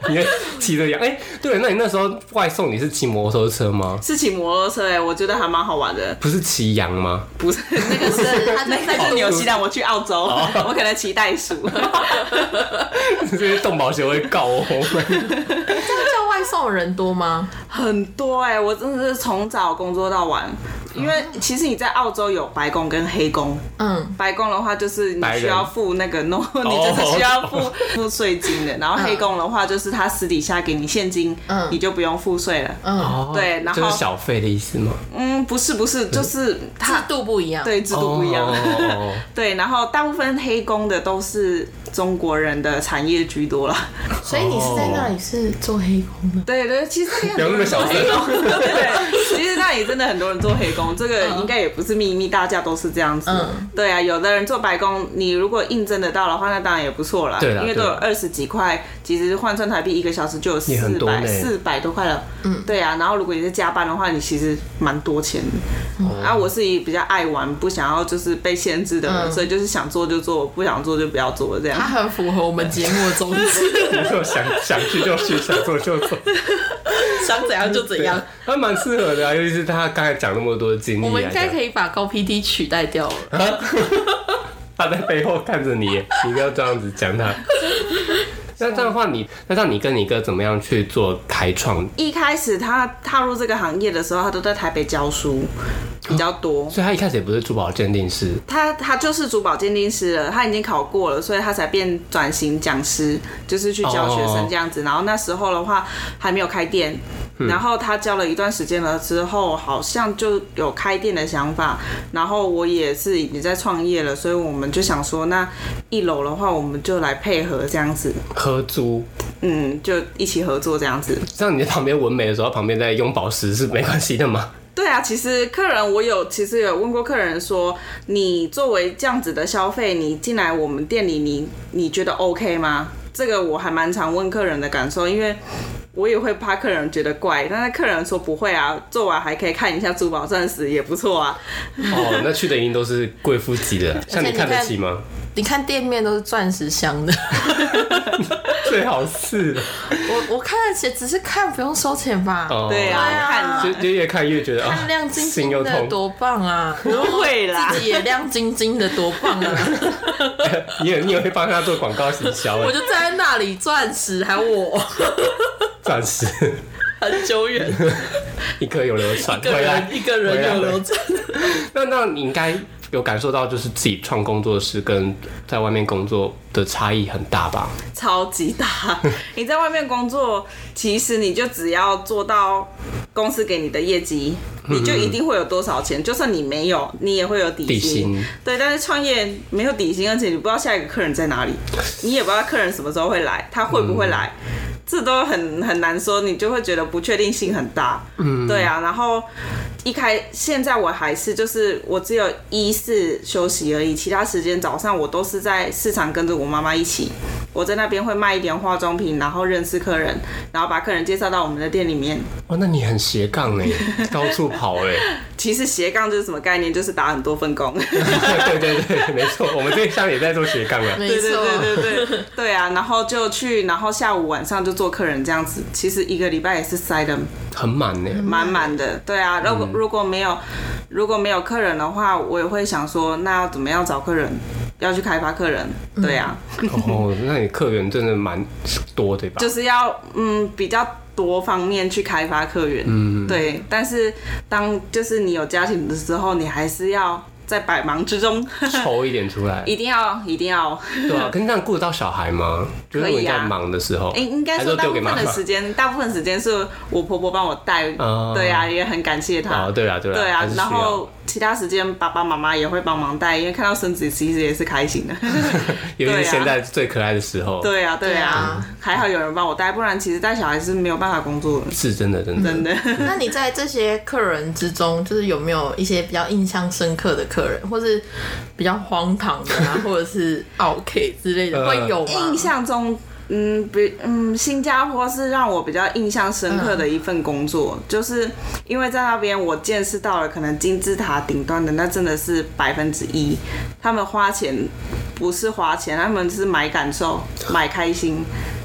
[SPEAKER 1] 你骑着羊，哎、欸，对，那你那时候外送你是骑摩托车吗？
[SPEAKER 3] 是骑摩托车哎、欸，我觉得还蛮好玩的。
[SPEAKER 1] 不是骑羊吗？
[SPEAKER 3] 不是，那个是那个是纽西兰，我去澳洲，
[SPEAKER 1] 哦、
[SPEAKER 3] 我可能骑袋鼠。
[SPEAKER 1] 这些动保协会告我。
[SPEAKER 2] 这样叫外送的人多吗？
[SPEAKER 3] 很多哎、欸，我真的是从早工作到晚。因为其实你在澳洲有白工跟黑工，嗯，白工的话就是你需要付那个 no， 你就是需要付付税金的，然后黑工的话就是他私底下给你现金，嗯，你就不用付税了，嗯，对，然后
[SPEAKER 1] 就是小费的意思吗？
[SPEAKER 3] 嗯，不是不是，就是它
[SPEAKER 2] 制度不一样，
[SPEAKER 3] 对，制度不一样，哦、对，然后大部分黑工的都是中国人的产业居多啦，
[SPEAKER 2] 所以你是在那里是做黑工的？
[SPEAKER 3] 对对，其实
[SPEAKER 1] 不要那么小声，
[SPEAKER 3] 对，其实那里真的很多人做黑工。这个应该也不是秘密，大家都是这样子。嗯，对啊，有的人做白工，你如果应征得到的话，那当然也不错啦。
[SPEAKER 1] 对啦，
[SPEAKER 3] 因为都有二十几块，其实换算台币一个小时就有四百四百多块了。嗯，对啊，然后如果你是加班的话，你其实蛮多钱的。嗯、啊，我是比较爱玩，不想要就是被限制的人，嗯、所以就是想做就做，不想做就不要做这样。
[SPEAKER 2] 他很符合我们节目的宗旨，
[SPEAKER 1] 就想想去就去，想做就做。
[SPEAKER 2] 想怎样就怎样，
[SPEAKER 1] 他蛮适合的啊，尤其是他刚才讲那么多的经历，
[SPEAKER 2] 我们应该可以把高 P D 取代掉了。
[SPEAKER 1] 他在背后看着你，你不要这样子讲他。那这样的话你，你那让你跟你哥怎么样去做开创？
[SPEAKER 3] 一开始他踏入这个行业的时候，他都在台北教书比较多，
[SPEAKER 1] 所以他一开始也不是珠宝鉴定师，
[SPEAKER 3] 他他就是珠宝鉴定师了，他已经考过了，所以他才变转型讲师，就是去教学生这样子。哦、然后那时候的话还没有开店。嗯、然后他教了一段时间了之后，好像就有开店的想法。然后我也是已经在创业了，所以我们就想说，那一楼的话，我们就来配合这样子
[SPEAKER 1] 合租，
[SPEAKER 3] 嗯，就一起合作这样子。
[SPEAKER 1] 这样你在旁边纹眉的时候，旁边在用宝石是没关系的吗？
[SPEAKER 3] 对啊，其实客人我有其实有问过客人说，你作为这样子的消费，你进来我们店里，你你觉得 OK 吗？这个我还蛮常问客人的感受，因为我也会怕客人觉得怪，但是客人说不会啊，做完还可以看一下珠宝钻石也不错啊。
[SPEAKER 1] 哦，那去的一定都是贵妇级的，像你看得起吗？
[SPEAKER 2] 你看店面都是钻石镶的，
[SPEAKER 1] 最好是。
[SPEAKER 2] 我我看得起，只是看不用收钱吧？
[SPEAKER 1] 哦、
[SPEAKER 3] 对啊，看
[SPEAKER 1] 就就越看越觉得
[SPEAKER 2] 看亮晶晶的多棒啊！
[SPEAKER 3] 不会啦，
[SPEAKER 2] 自己也亮晶晶的多棒啊！
[SPEAKER 1] 你也你也会帮他做广告行销？
[SPEAKER 2] 我就站在那里，钻石还有我，
[SPEAKER 1] 钻石
[SPEAKER 2] 很久远，
[SPEAKER 1] 一颗有流传，
[SPEAKER 2] 一个人一个人有流传。
[SPEAKER 1] 那那你应该有感受到，就是自己创工作室跟在外面工作的差异很大吧？
[SPEAKER 3] 超级大！你在外面工作，其实你就只要做到公司给你的业绩，你就一定会有多少钱。就算你没有，你也会有底薪。底薪对，但是创业没有底薪，而且你不知道下一个客人在哪里，你也不知道客人什么时候会来，他会不会来。嗯，这都很很难说，你就会觉得不确定性很大。嗯，对啊。然后一开，现在我还是就是我只有一四休息而已，其他时间早上我都是在市场跟着我妈妈一起。我在那边会卖一点化妆品，然后认识客人，然后把客人介绍到我们的店里面。
[SPEAKER 1] 哦，那你很斜杠哎，到处跑哎。
[SPEAKER 3] 其实斜杠就是什么概念？就是打很多份工。
[SPEAKER 1] 对对对，没错，我们这项也在做斜杠啊。
[SPEAKER 2] 没错，
[SPEAKER 3] 对对对对对啊。然后就去，然后下午晚上就做客人这样子。其实一个礼拜也是塞的
[SPEAKER 1] 很满呢，
[SPEAKER 3] 满满的。对啊，如果如果没有如果没有客人的话，我也会想说，那要怎么样找客人？要去开发客人，对啊。
[SPEAKER 1] 哦，那你客源真的蛮多的吧？
[SPEAKER 3] 就是要嗯比较多方面去开发客源，嗯，对。但是当就是你有家庭的时候，你还是要在百忙之中
[SPEAKER 1] 抽一点出来，
[SPEAKER 3] 一定要一定要。
[SPEAKER 1] 对啊，可是这样顾得到小孩吗？就是你在忙的时候，
[SPEAKER 3] 哎、啊，应该说大部分的时间，大部分时间是我婆婆帮我带，嗯，对啊，也很感谢她。
[SPEAKER 1] 哦，对啊，对啊，
[SPEAKER 3] 对啊，然后。其他时间爸爸妈妈也会帮忙带，因为看到孙子其实也是开心的。
[SPEAKER 1] 尤其是现在最可爱的时候。
[SPEAKER 3] 对啊，对啊，嗯、还好有人帮我带，不然其实带小孩是没有办法工作的。
[SPEAKER 1] 是真的，真的，
[SPEAKER 3] 真的。
[SPEAKER 2] 那你在这些客人之中，就是有没有一些比较印象深刻的客人，或是比较荒唐的啊，或者是 OK 之类的，呃、会有吗？
[SPEAKER 3] 印象中。嗯，比嗯，新加坡是让我比较印象深刻的一份工作，嗯、就是因为在那边我见识到了可能金字塔顶端的那真的是百分之一，他们花钱不是花钱，他们是买感受、买开心。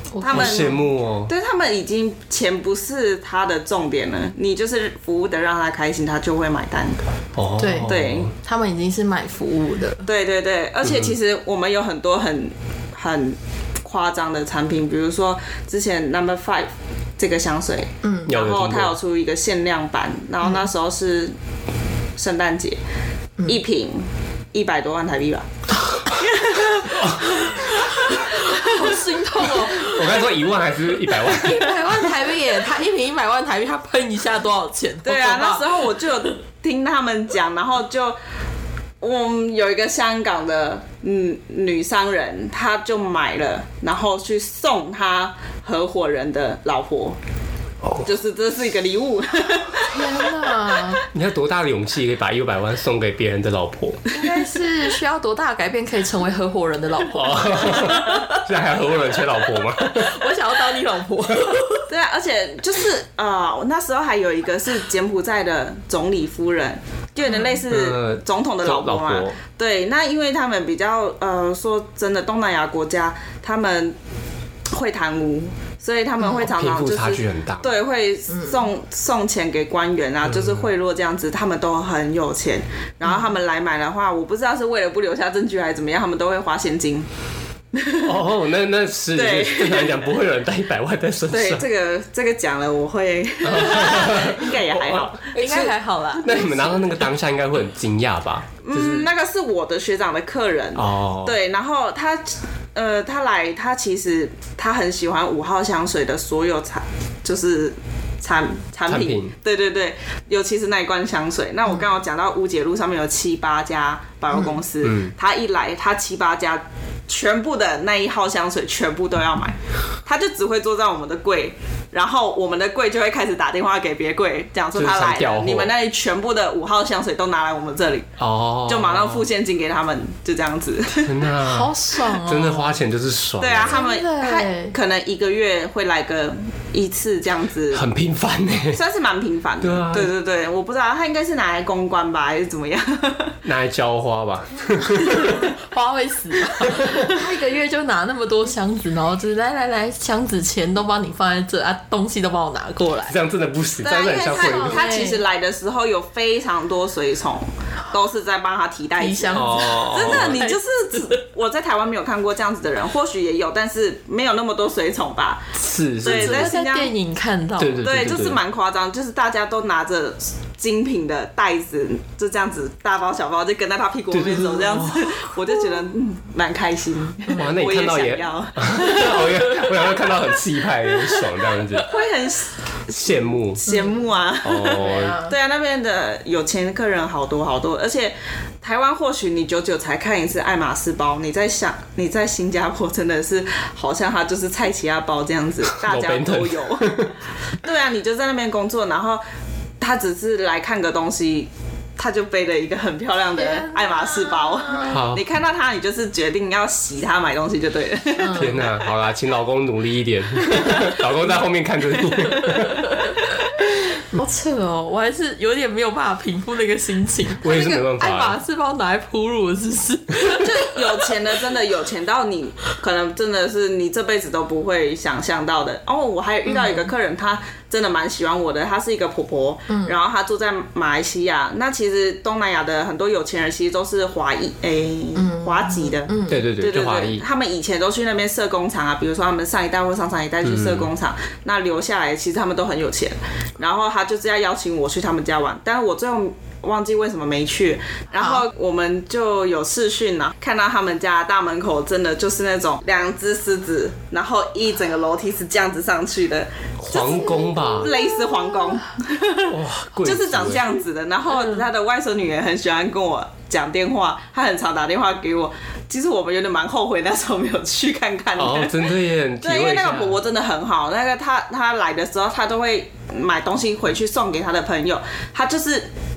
[SPEAKER 3] 他们
[SPEAKER 1] 好羡慕哦。
[SPEAKER 3] 对，他们已经钱不是他的重点了，你就是服务的让他开心，他就会买单。
[SPEAKER 1] 哦，
[SPEAKER 2] 对
[SPEAKER 3] 对，
[SPEAKER 2] 他们已经是买服务的。
[SPEAKER 3] 对对对，而且其实我们有很多很很夸张的产品，比如说之前 Number Five 这个香水，嗯，然后它有出一个限量版，然后那时候是圣诞节，嗯、一瓶一百多万台币吧。
[SPEAKER 2] 好心痛哦！
[SPEAKER 1] 我刚才说一万还是一百万？
[SPEAKER 2] 一百万台币耶！他一瓶一百万台币，他喷一下多少钱？
[SPEAKER 3] 对啊，那时候我就有听他们讲，然后就我们有一个香港的嗯女商人，她就买了，然后去送她合伙人的老婆。Oh. 就是这是一个礼物。
[SPEAKER 2] 天哪！
[SPEAKER 1] 你要多大的勇气可以把一百万送给别人的老婆？
[SPEAKER 2] 应该是需要多大的改变可以成为合伙人的老婆？
[SPEAKER 1] 现在还有合伙人缺老婆吗？
[SPEAKER 2] 我想要当你老婆。
[SPEAKER 3] 对啊，而且就是呃，我那时候还有一个是柬埔寨的总理夫人，就有点类似总统的老婆嘛。嗯、对，那因为他们比较呃，说真的，东南亚国家他们会贪污。所以他们会常常就是、
[SPEAKER 1] 贫富差距很大，
[SPEAKER 3] 对，会送、嗯、送钱给官员啊，就是贿赂这样子，他们都很有钱。然后他们来买的话，我不知道是为了不留下证据还是怎么样，他们都会花现金。
[SPEAKER 1] 哦，那那是正常来讲，不会有人带一百万在身上。
[SPEAKER 3] 对，这个这个讲了，我会应该也还好，
[SPEAKER 2] 应该还好啦。
[SPEAKER 1] 那你们拿到那个当下，应该会很惊讶吧？就是、
[SPEAKER 3] 嗯，那个是我的学长的客人哦，对，然后他呃，他来，他其实他很喜欢五号香水的所有产，就是产产品，产品对对对，尤其是那一罐香水。那我刚刚讲到乌节路上面有七八家百货公司，嗯、他一来，他七八家。全部的那一号香水全部都要买，他就只会坐在我们的柜，然后我们的柜就会开始打电话给别柜，讲说他来了，你们那里全部的五号香水都拿来我们这里，哦，就马上付现金给他们，就这样子。
[SPEAKER 1] 真的、啊，
[SPEAKER 2] 好爽哦！
[SPEAKER 1] 真的花钱就是爽。
[SPEAKER 3] 对啊，他们他可能一个月会来个一次这样子，
[SPEAKER 1] 很频繁呢，
[SPEAKER 3] 算是蛮频繁的。对啊，对对对，我不知道他应该是拿来公关吧，还是怎么样？
[SPEAKER 1] 拿来浇花吧，
[SPEAKER 2] 花会死吧。他一个月就拿那么多箱子，然后就是来来来，箱子钱都帮你放在这啊，东西都帮我拿过来，
[SPEAKER 1] 这样真的不行，这样很像贿赂。
[SPEAKER 3] 他其实来的时候有非常多随从，都是在帮他提袋子，
[SPEAKER 2] 箱子。
[SPEAKER 1] 哦、
[SPEAKER 3] 真的，你就是我在台湾没有看过这样子的人，或许也有，但是没有那么多随从吧。
[SPEAKER 1] 是，
[SPEAKER 3] 对，
[SPEAKER 2] 在在电影看到，
[SPEAKER 1] 对对 对,
[SPEAKER 3] 对, 对，就是蛮夸张，就是大家都拿着精品的袋子，就这样子大包小包就跟在他屁股后面走，这样子，我就觉得嗯蛮开心。
[SPEAKER 1] 哇，那你看到也，我也我想要看到很气派、很爽这样子，
[SPEAKER 3] 会很
[SPEAKER 1] 羡慕
[SPEAKER 3] 羡慕啊！
[SPEAKER 1] 哦，
[SPEAKER 3] 对啊，那边的有钱客人好多好多，而且台湾或许你久久才看一次爱马仕包，你在想你在新加坡真的是好像它就是蔡奇亚包这样子，大家都有。对啊，你就在那边工作，然后他只是来看个东西。他就背了一个很漂亮的爱马仕包，你看到他，你就是决定要洗他买东西就对了。
[SPEAKER 1] 天哪，好啦，请老公努力一点，老公在后面看着你。
[SPEAKER 2] 好扯哦，我还是有点没有办法平复那个心情。
[SPEAKER 1] 我也是没办法。
[SPEAKER 2] 爱马仕包拿来铺路，是不是？
[SPEAKER 3] 就有钱的真的有钱到你可能真的是你这辈子都不会想象到的。哦，我还遇到一个客人，他真的蛮喜欢我的，她是一个婆婆，嗯、然后她住在马来西亚。那其实东南亚的很多有钱人其实都是华裔，诶、欸，华籍的，
[SPEAKER 1] 嗯，对对对，就华裔。
[SPEAKER 3] 他们以前都去那边设工厂啊，比如说他们上一代或上上一代去设工厂，嗯、那留下来其实他们都很有钱。然后他就是要邀请我去他们家玩，但是我最后忘记为什么没去，然后我们就有视讯啊，看到他们家大门口真的就是那种两只狮子，然后一整个楼梯是这样子上去的，
[SPEAKER 1] 皇宫吧，
[SPEAKER 3] 类似皇宫，哇，就是长这样子的。然后他的外甥女也很喜欢跟我讲电话，他很常打电话给我。其实我们有点蛮后悔那时候没有去看看的。
[SPEAKER 1] 哦，真的耶！
[SPEAKER 3] 对，因为那个婆婆真的很好，那个她她来的时候，她都会买东西回去送给她的朋友。她就是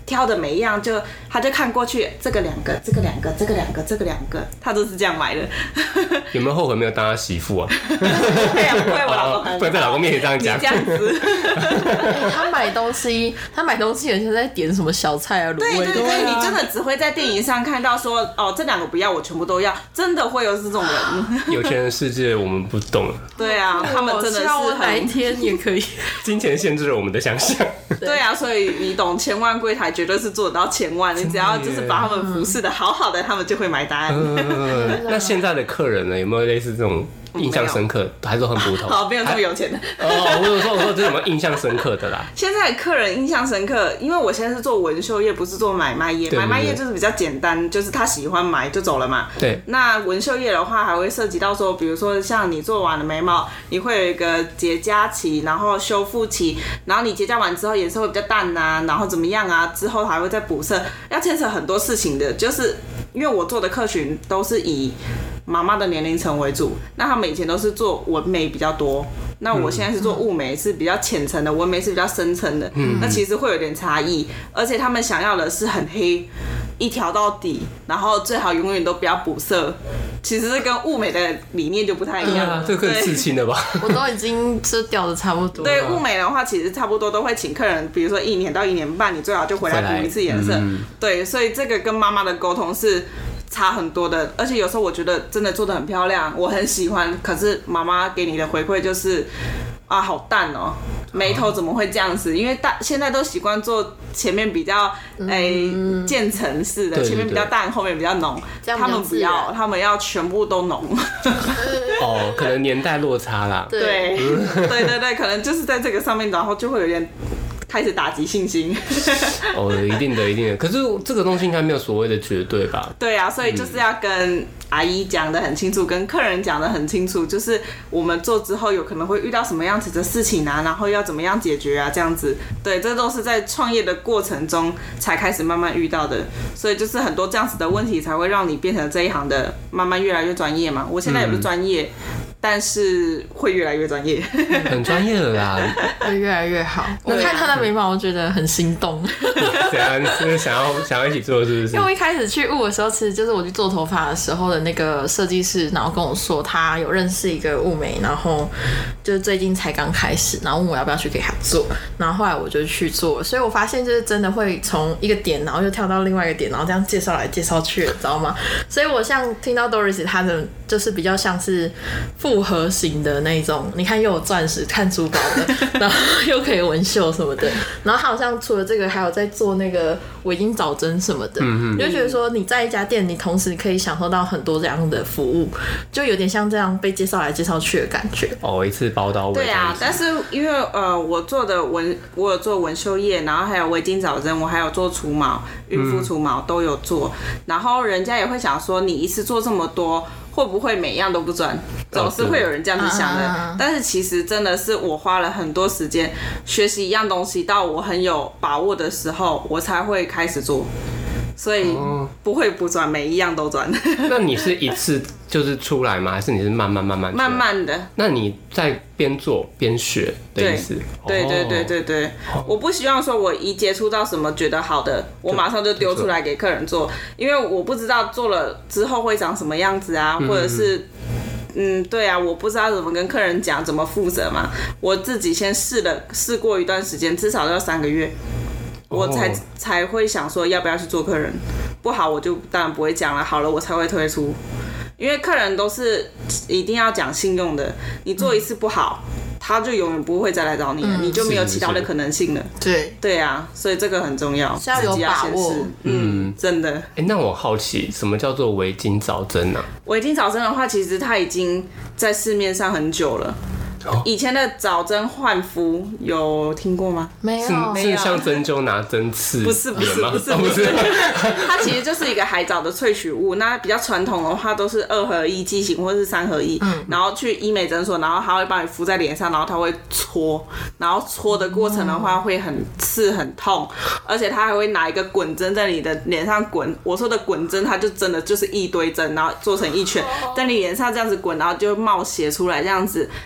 [SPEAKER 3] 挑的每一样就他就看过去，这个两个，这个两个，这个两个，这个两个，他都是这样买的。
[SPEAKER 1] 有没有后悔没有当他媳妇啊？
[SPEAKER 3] 对呀，不会，我老公
[SPEAKER 1] 不能在老公面前这样讲。
[SPEAKER 3] 这样子，
[SPEAKER 2] 他买东西，他买东西有些在点什么小菜啊、卤味。
[SPEAKER 3] 对对对，你真的只会在电影上看到说，哦，这两个不要，我全部都要，真的会有这种人。
[SPEAKER 1] 有钱人世界我们不懂。
[SPEAKER 3] 对啊，他们真的是很
[SPEAKER 2] 哪一天也可以。
[SPEAKER 1] 金钱限制了我们的想象。
[SPEAKER 3] 对啊，所以你懂千万柜台绝对是做得到千万，你只要就是把他们服侍的好好的，他们就会买单。
[SPEAKER 1] 嗯、那现在的客人呢，有没有类似这种印象深刻，还是很普通？
[SPEAKER 3] 好，没有那么有钱的。
[SPEAKER 1] 哦，我有说，我说这有没有印象深刻的啦？
[SPEAKER 3] 现在的客人印象深刻，因为我现在是做纹绣业，不是做买卖业。
[SPEAKER 1] 对对对，
[SPEAKER 3] 买卖业就是比较简单，就是他喜欢买就走了嘛。
[SPEAKER 1] 对。
[SPEAKER 3] 那纹绣业的话，还会涉及到说，比如说像你做完了眉毛，你会有一个结痂期，然后修复期，然后你结痂完之后颜色会比较淡啊，然后怎么样啊，之后还会再补色，要牵扯很多事情的。就是因为我做的客群都是以妈妈的年龄层为主，那他们以前都是做纹眉比较多，那我现在是做雾眉，是比较浅层的，纹眉是比较深层的，嗯、那其实会有点差异，而且他们想要的是很黑，一条到底，然后最好永远都不要补色，其实是跟雾眉的理念就不太一样。
[SPEAKER 1] 啊、这个可以刺青的吧？
[SPEAKER 2] 我都已经遮掉的差不多了。
[SPEAKER 3] 对，雾眉的话，其实差不多都会请客人，比如说一年到一年半，你最好就回来补一次颜色。嗯、对，所以这个跟妈妈的沟通是差很多的，而且有时候我觉得真的做得很漂亮，我很喜欢，可是妈妈给你的回馈就是啊，好淡哦，眉头怎么会这样子？因为大现在都习惯做前面比较诶渐层式的，前面比较淡，后面比较浓，他们不要，他们要全部都浓。
[SPEAKER 1] 哦，可能年代落差啦。
[SPEAKER 3] 对对对对，可能就是在这个上面，然后就会有点开始打击信心。
[SPEAKER 1] 哦，一定的，一定的。可是这个东西应该没有所谓的绝对吧？
[SPEAKER 3] 对啊，所以就是要跟阿姨讲得很清楚，跟客人讲得很清楚，就是我们做之后有可能会遇到什么样子的事情啊，然后要怎么样解决啊，这样子。对，这都是在创业的过程中才开始慢慢遇到的，所以就是很多这样子的问题才会让你变成这一行的慢慢越来越专业嘛。我现在也不是专业。嗯，但是会越来越专业，
[SPEAKER 1] 很专业了啦，
[SPEAKER 2] 会越来越好。我看他的眉毛，我觉得很心动。
[SPEAKER 1] 怎样？是想要想要一起做，是不是？
[SPEAKER 2] 因为我一开始去雾的时候，其实就是我去做头发的时候的那个设计师，然后跟我说他有认识一个雾眉，然后就是最近才刚开始，然后问我要不要去给他做，然后后来我就去做，所以我发现就是真的会从一个点，然后又跳到另外一个点，然后这样介绍来介绍去，你知道吗？所以我像听到 Doris 他的就是比较像是复合型的那种，你看又有钻石、看珠宝的，然后又可以纹绣什么的，然后他好像除了这个，还有在做那个围巾找针什么的，嗯嗯，就觉得说你在一家店，你同时可以享受到很多这样的服务，就有点像这样被介绍来介绍去的感觉。
[SPEAKER 1] 哦，一次包到位。
[SPEAKER 3] 对啊，但是因为呃，我做的纹，我有做纹绣业，然后还有围巾找针，我还有做除毛、孕妇除毛都有做，然后人家也会想说，你一次做这么多。会不会每样都不转？总是会有人这样子想的。哦、但是其实真的是我花了很多时间学习一样东西，到我很有把握的时候，我才会开始做。所以不会不转，每一样都转。
[SPEAKER 1] 那你是一次就是出来吗？还是你是慢慢慢慢
[SPEAKER 3] 慢慢的？
[SPEAKER 1] 那你在边做边学的意思？
[SPEAKER 3] 对对对对对，哦、我不希望说我一接触到什么觉得好的，我马上就丢出来给客人做，因为我不知道做了之后会长什么样子啊，或者是。嗯，对啊，我不知道怎么跟客人讲，怎么负责嘛。我自己先试了，试过一段时间，至少要三个月，我才、oh. 才会想说要不要去做客人。不好我就当然不会讲了，好了我才会推出。因为客人都是一定要讲信用的，你做一次不好。嗯他就永远不会再来找你了，嗯、你就没有其他的可能性了。对对啊，所以这个很重要，
[SPEAKER 2] 是要有把握。
[SPEAKER 3] 嗯，真的。
[SPEAKER 1] 哎、欸，那我好奇，什么叫做围巾找针啊？
[SPEAKER 3] 围巾找针的话，其实它已经在市面上很久了。以前的找针换肤有听过吗？
[SPEAKER 2] 没有，
[SPEAKER 1] 是是像针灸拿针刺？
[SPEAKER 3] 不是不是不是不是，它其实就是一个海藻的萃取物。那比较传统的话都是二合一剂型或是三合一，嗯、然后去医美诊所，然后它会帮你敷在脸上，然后它会搓，然后搓的过程的话会很刺很痛，而且它还会拿一个滚针在你的脸上滚。我说的滚针，它就真的就是一堆针，然后做成一圈在你脸上这样子滚，然后就冒血出来这样子。它的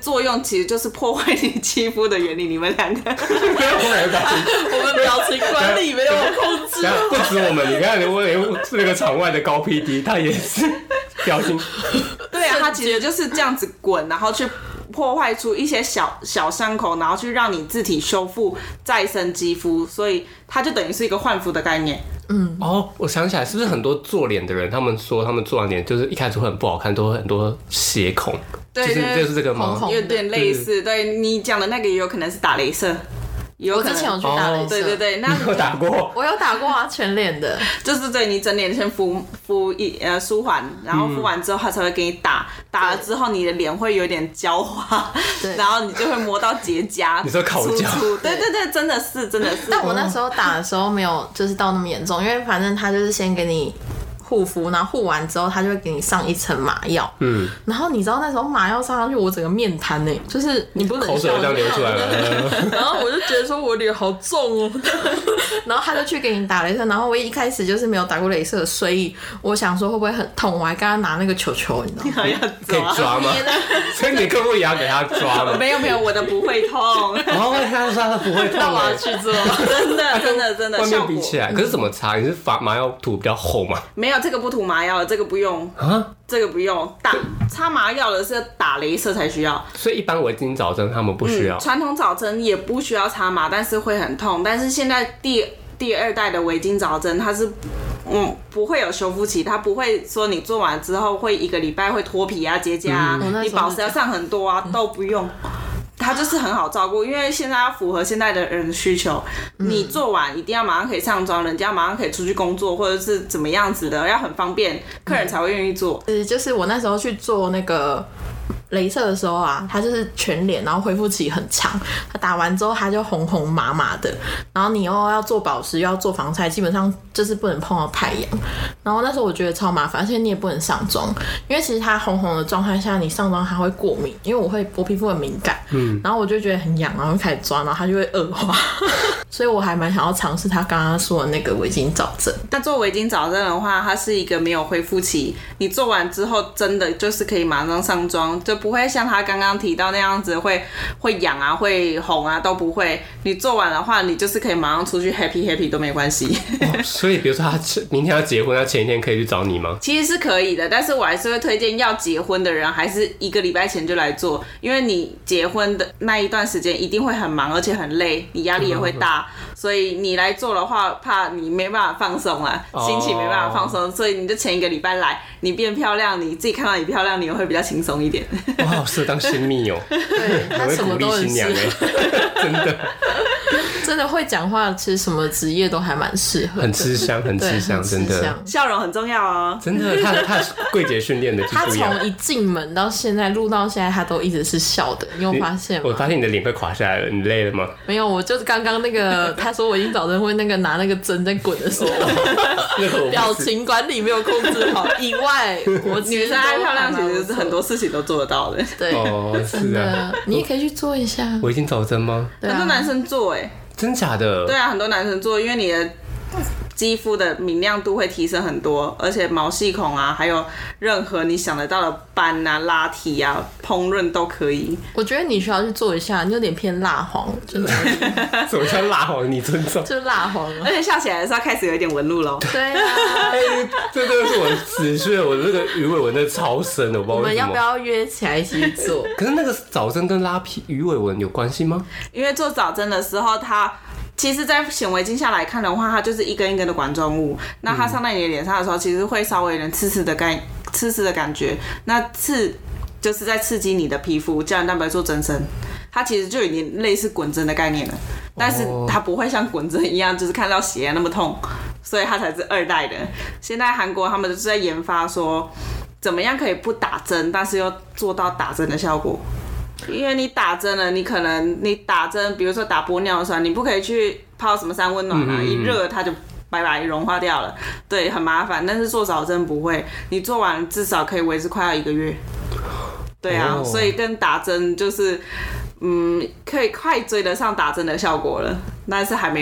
[SPEAKER 3] 作用其实就是破坏你肌肤的原理。你们两个
[SPEAKER 1] 没有
[SPEAKER 2] 我们表情管理没有控制。
[SPEAKER 1] 不止我们，你看我连那个场外的高 P D 他也是表情。
[SPEAKER 3] 对啊，它其实就是这样子滚，然后去破坏出一些小小伤口，然后去让你自体修复再生肌肤，所以它就等于是一个焕肤的概念。
[SPEAKER 2] 嗯，
[SPEAKER 1] 哦，我想起来，是不是很多做脸的人，他们说他们做完脸就是一开始会很不好看，都会很多血孔，
[SPEAKER 3] 对，
[SPEAKER 1] 就是就是这个吗？
[SPEAKER 2] 红红
[SPEAKER 3] 有点类似，对你讲的那个也有可能是打雷射。有
[SPEAKER 2] 我之前有去打雷射、哦，
[SPEAKER 3] 对对对，那
[SPEAKER 1] 你有打过？
[SPEAKER 2] 我有打过啊，全脸的，
[SPEAKER 3] 就是对你整脸先敷敷一呃舒缓，然后敷完之后他才会给你打，嗯、打了之后你的脸会有点焦化，对，然后你就会摸到结痂，
[SPEAKER 1] 你说烤焦？
[SPEAKER 3] 对对对，真的是真的是。
[SPEAKER 2] 但我那时候打的时候没有就是到那么严重，因为反正他就是先给你护肤，然后护完之后，他就会给你上一层麻药。嗯，然后你知道那时候麻药上上去，我整个面瘫呢，就是你不能
[SPEAKER 1] 口水这样流出来了。
[SPEAKER 2] 然后我就觉得说我脸好重哦，然后他就去给你打雷射，然后我一开始就是没有打过雷射，所以我想说会不会很痛，我还跟他拿那个球球，你知道吗？
[SPEAKER 1] 可以抓吗？所以你客户也要给他抓吗？
[SPEAKER 3] 没有没有，我的不会痛。
[SPEAKER 1] 然后他说他不会痛，
[SPEAKER 2] 那我要去做，
[SPEAKER 3] 真的真的真的。
[SPEAKER 1] 外面比起来，可是怎么擦？你是发麻药涂比较厚吗？
[SPEAKER 3] 没有。这个不涂麻药，这个不用啊，这个不用打擦麻药的是打雷射才需要，
[SPEAKER 1] 所以一般围巾早针他们不需要，
[SPEAKER 3] 传、嗯、统早针也不需要擦麻，但是会很痛。但是现在第第二代的围巾早针，它是嗯不会有修复期，它不会说你做完之后会一个礼拜会脱皮啊、结痂啊，嗯、你保湿要上很多啊，都不用。它就是很好照顾，因为现在要符合现在的人的需求。嗯、你做完一定要马上可以上妆，人家马上可以出去工作，或者是怎么样子的，要很方便，客人才会愿意做。
[SPEAKER 2] 嗯，就是我那时候去做那个雷射的时候啊，它就是全脸，然后恢复期很长。它打完之后，它就红红麻麻的，然后你又要做保湿，又要做防晒，基本上就是不能碰到太阳。然后那时候我觉得超麻烦，而且你也不能上妆，因为其实它红红的状态下，你上妆它会过敏，因为我会我皮肤很敏感，嗯，然后我就觉得很痒，然后开始抓，然后它就会恶化。所以我还蛮想要尝试他刚刚说的那个围巾早针。
[SPEAKER 3] 那做围巾早针的话，它是一个没有恢复期，你做完之后真的就是可以马上上妆，就不会像他刚刚提到那样子会会痒啊、会红啊，都不会。你做完的话，你就是可以马上出去 happy happy 都没关系。
[SPEAKER 1] 哦、所以比如说他明天要结婚，他前一天可以去找你吗？
[SPEAKER 3] 其实是可以的，但是我还是会推荐要结婚的人还是一个礼拜前就来做，因为你结婚的那一段时间一定会很忙，而且很累，你压力也会大。所以你来做的话，怕你没办法放松啦，心情没办法放松，所以你就前一个礼拜来，你变漂亮，你自己看到你漂亮，你会比较轻松一点。
[SPEAKER 1] 哇，好适合当新秘哦。
[SPEAKER 2] 对，他什么都很适合，
[SPEAKER 1] 真的。
[SPEAKER 2] 真的会讲话，其实什么职业都还蛮适合的，
[SPEAKER 1] 很吃香，很吃香，真的。
[SPEAKER 3] 笑容很重要哦。
[SPEAKER 1] 真的，他他柜姐训练的技术，
[SPEAKER 2] 他从一进门到现在录到现在，他都一直是笑的。你有发现吗？
[SPEAKER 1] 我发现你的脸快垮下来了，你累了吗？
[SPEAKER 2] 没有，我就是刚刚那个他说我已经早晨会那个拿那个针在滚的时候，表情管理没有控制好以外，我
[SPEAKER 3] 女生爱漂亮其实是很多事情都做得到的。
[SPEAKER 2] 对，哦，是啊，你也可以去做一下。
[SPEAKER 1] 我已经早针吗？
[SPEAKER 3] 很多男生做哎、欸。
[SPEAKER 1] 真假的？
[SPEAKER 3] 对啊，很多男生做，因为你的肌肤的明亮度会提升很多，而且毛细孔啊，还有任何你想得到的斑啊、拉提啊、烹饪都可以。
[SPEAKER 2] 我觉得你需要去做一下，你有点偏蜡黄，真的。
[SPEAKER 1] 什么叫蜡黄？你尊重？
[SPEAKER 2] 就是蜡黄、啊，
[SPEAKER 3] 而且笑起来的时候开始有一点纹路咯。
[SPEAKER 2] 对啊，
[SPEAKER 1] 欸、这真的是我死穴，我的那个鱼尾纹真的超深的，我不知道为什么。
[SPEAKER 2] 我们要不要约起来一起做？
[SPEAKER 1] 可是那个早针跟拉皮鱼尾纹有关系吗？
[SPEAKER 3] 因为做早针的时候，它其实，在显微镜下来看的话，它就是一根一根的管状物。那它上在你的脸上的时候，其实会稍微有点刺刺的感，刺刺的感觉。那刺就是在刺激你的皮肤，胶原蛋白做增生。它其实就有点类似滚针的概念了，但是它不会像滚针一样，就是看到血那么痛，所以它才是二代的。现在韩国他们就是在研发说，怎么样可以不打针，但是又做到打针的效果。因为你打针了，你可能你打针，比如说打玻尿酸，你不可以去泡什么三温暖啊，嗯嗯嗯一热它就拜拜融化掉了，对，很麻烦。但是做早针不会，你做完至少可以维持快要一个月。对啊，哦、所以跟打针就是，嗯，可以快追得上打针的效果了，但是还没有。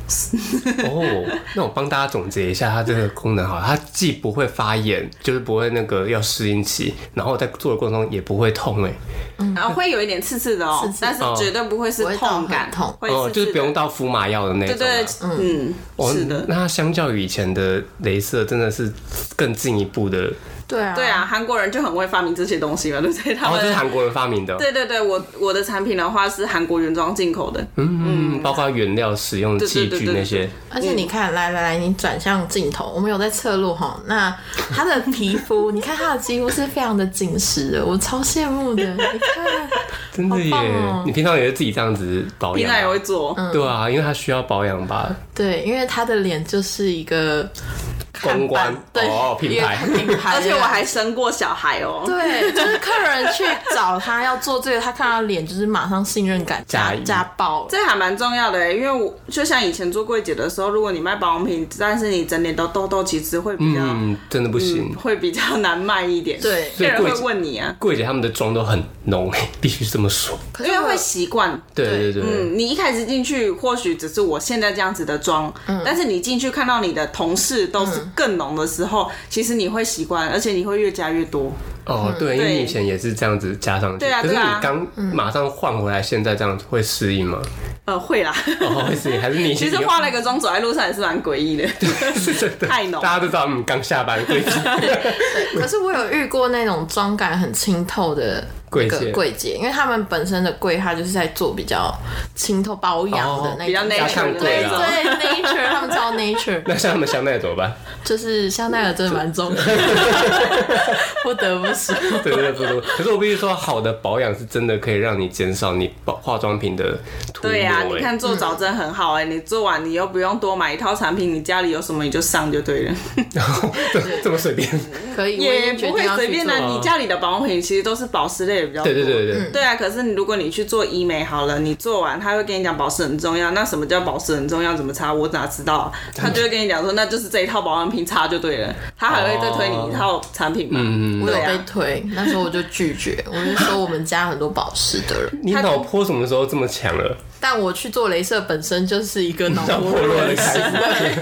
[SPEAKER 1] 哦，那我帮大家总结一下，它这个功能好，它既不会发炎，就是不会那个要适应期，然后在做的过程中也不会痛哎、
[SPEAKER 3] 嗯，然后会有一点刺刺的哦、喔，但是绝对不会是痛感，
[SPEAKER 2] 痛
[SPEAKER 3] 会刺刺的
[SPEAKER 1] 哦，就是不用到敷麻药的那种、啊。
[SPEAKER 3] 对对，嗯，
[SPEAKER 1] 哦、
[SPEAKER 3] 是的。
[SPEAKER 1] 那它相较于以前的雷射，真的是更进一步的。
[SPEAKER 2] 对啊，
[SPEAKER 3] 对啊，韩国人就很会发明这些东西嘛，对不对？他们、
[SPEAKER 1] 哦、这是韩国人发明的。
[SPEAKER 3] 对对对，我我的产品的话是韩国原装进口的，
[SPEAKER 1] 嗯嗯，包括原料、使用器具那些。
[SPEAKER 2] 而且你看，来来来，你转向镜头，我们有在侧录哈。那他的皮肤，你看他的肌肤是非常的紧实的，我超羡慕的。你看，
[SPEAKER 1] 真的耶！
[SPEAKER 2] 哦、
[SPEAKER 1] 你平常也是自己这样子保养？
[SPEAKER 3] 平常也会做，
[SPEAKER 2] 嗯、
[SPEAKER 1] 对啊，因为他需要保养吧。
[SPEAKER 2] 对，因为他的脸就是一个。
[SPEAKER 1] 公关
[SPEAKER 2] 对
[SPEAKER 1] 哦，品牌
[SPEAKER 2] 品牌，
[SPEAKER 3] 而且我还生过小孩哦、喔。
[SPEAKER 2] 对，就是客人去找他要做这个，他看到脸就是马上信任感加加爆，
[SPEAKER 3] 这还蛮重要的，因为我就像以前做柜姐的时候，如果你卖保养品，但是你整脸都痘痘，其实会比较，
[SPEAKER 1] 嗯，真的不行、
[SPEAKER 3] 嗯，会比较难卖一点。
[SPEAKER 2] 对，
[SPEAKER 3] 客人会问你啊，
[SPEAKER 1] 柜姐他们的妆都很浓，必须这么说，
[SPEAKER 3] 因为会习惯。
[SPEAKER 1] 对对对，
[SPEAKER 3] 嗯，你一开始进去或许只是我现在这样子的妆、嗯，但是你进去看到你的同事都是更浓的时候。后，其实你会习惯，而且你会越加越多。
[SPEAKER 1] 哦，对，因为你以前也是这样子加上去，
[SPEAKER 3] 对啊，
[SPEAKER 1] 可是你刚马上换回来，现在这样会适应吗？
[SPEAKER 3] 呃，会啦。
[SPEAKER 1] 哦，会适应，还是你
[SPEAKER 3] 其实化了个妆走在路上也是蛮诡异的，
[SPEAKER 1] 是真的，
[SPEAKER 3] 太浓，
[SPEAKER 1] 大家都知道，嗯，刚下班柜姐。
[SPEAKER 2] 可是我有遇过那种妆感很清透的。
[SPEAKER 1] 柜姐，
[SPEAKER 2] 柜姐，因为他们本身的柜，它就是在做比较清透保养的那种，
[SPEAKER 3] 比较 nature 的
[SPEAKER 2] 对对 nature， 他们超 nature。
[SPEAKER 1] 那像他们香奈儿怎么办？
[SPEAKER 2] 就是香奈儿真的蛮重的，不得不说。
[SPEAKER 1] 对对对对，可是我必须说，好的保养是真的可以让你减少你化妆品的涂抹。
[SPEAKER 3] 对呀、啊，你看做早针很好哎、欸嗯，你做完你又不用多买一套产品，你家里有什么你就上就对了。
[SPEAKER 1] 这么随便？
[SPEAKER 2] 可以，
[SPEAKER 3] 也不会随便啊。你家里的保养品其实都是保湿类的比较多。
[SPEAKER 1] 对对对对。
[SPEAKER 3] 嗯、对啊，可是如果你去做医美好了，你做完他会跟你讲保湿很重要，那什么叫保湿很重要？怎么擦？我哪知道、啊？他就会跟你讲说，那就是这一套保养品擦就对了。他还会再推你一套产品嘛？
[SPEAKER 1] 嗯，
[SPEAKER 2] 我有被推，那时候我就拒绝，我就说我们家很多保湿的人。
[SPEAKER 1] 你脑波什么时候这么强了？
[SPEAKER 2] 但我去做雷射本身就是一个脑波
[SPEAKER 1] 弱的开始。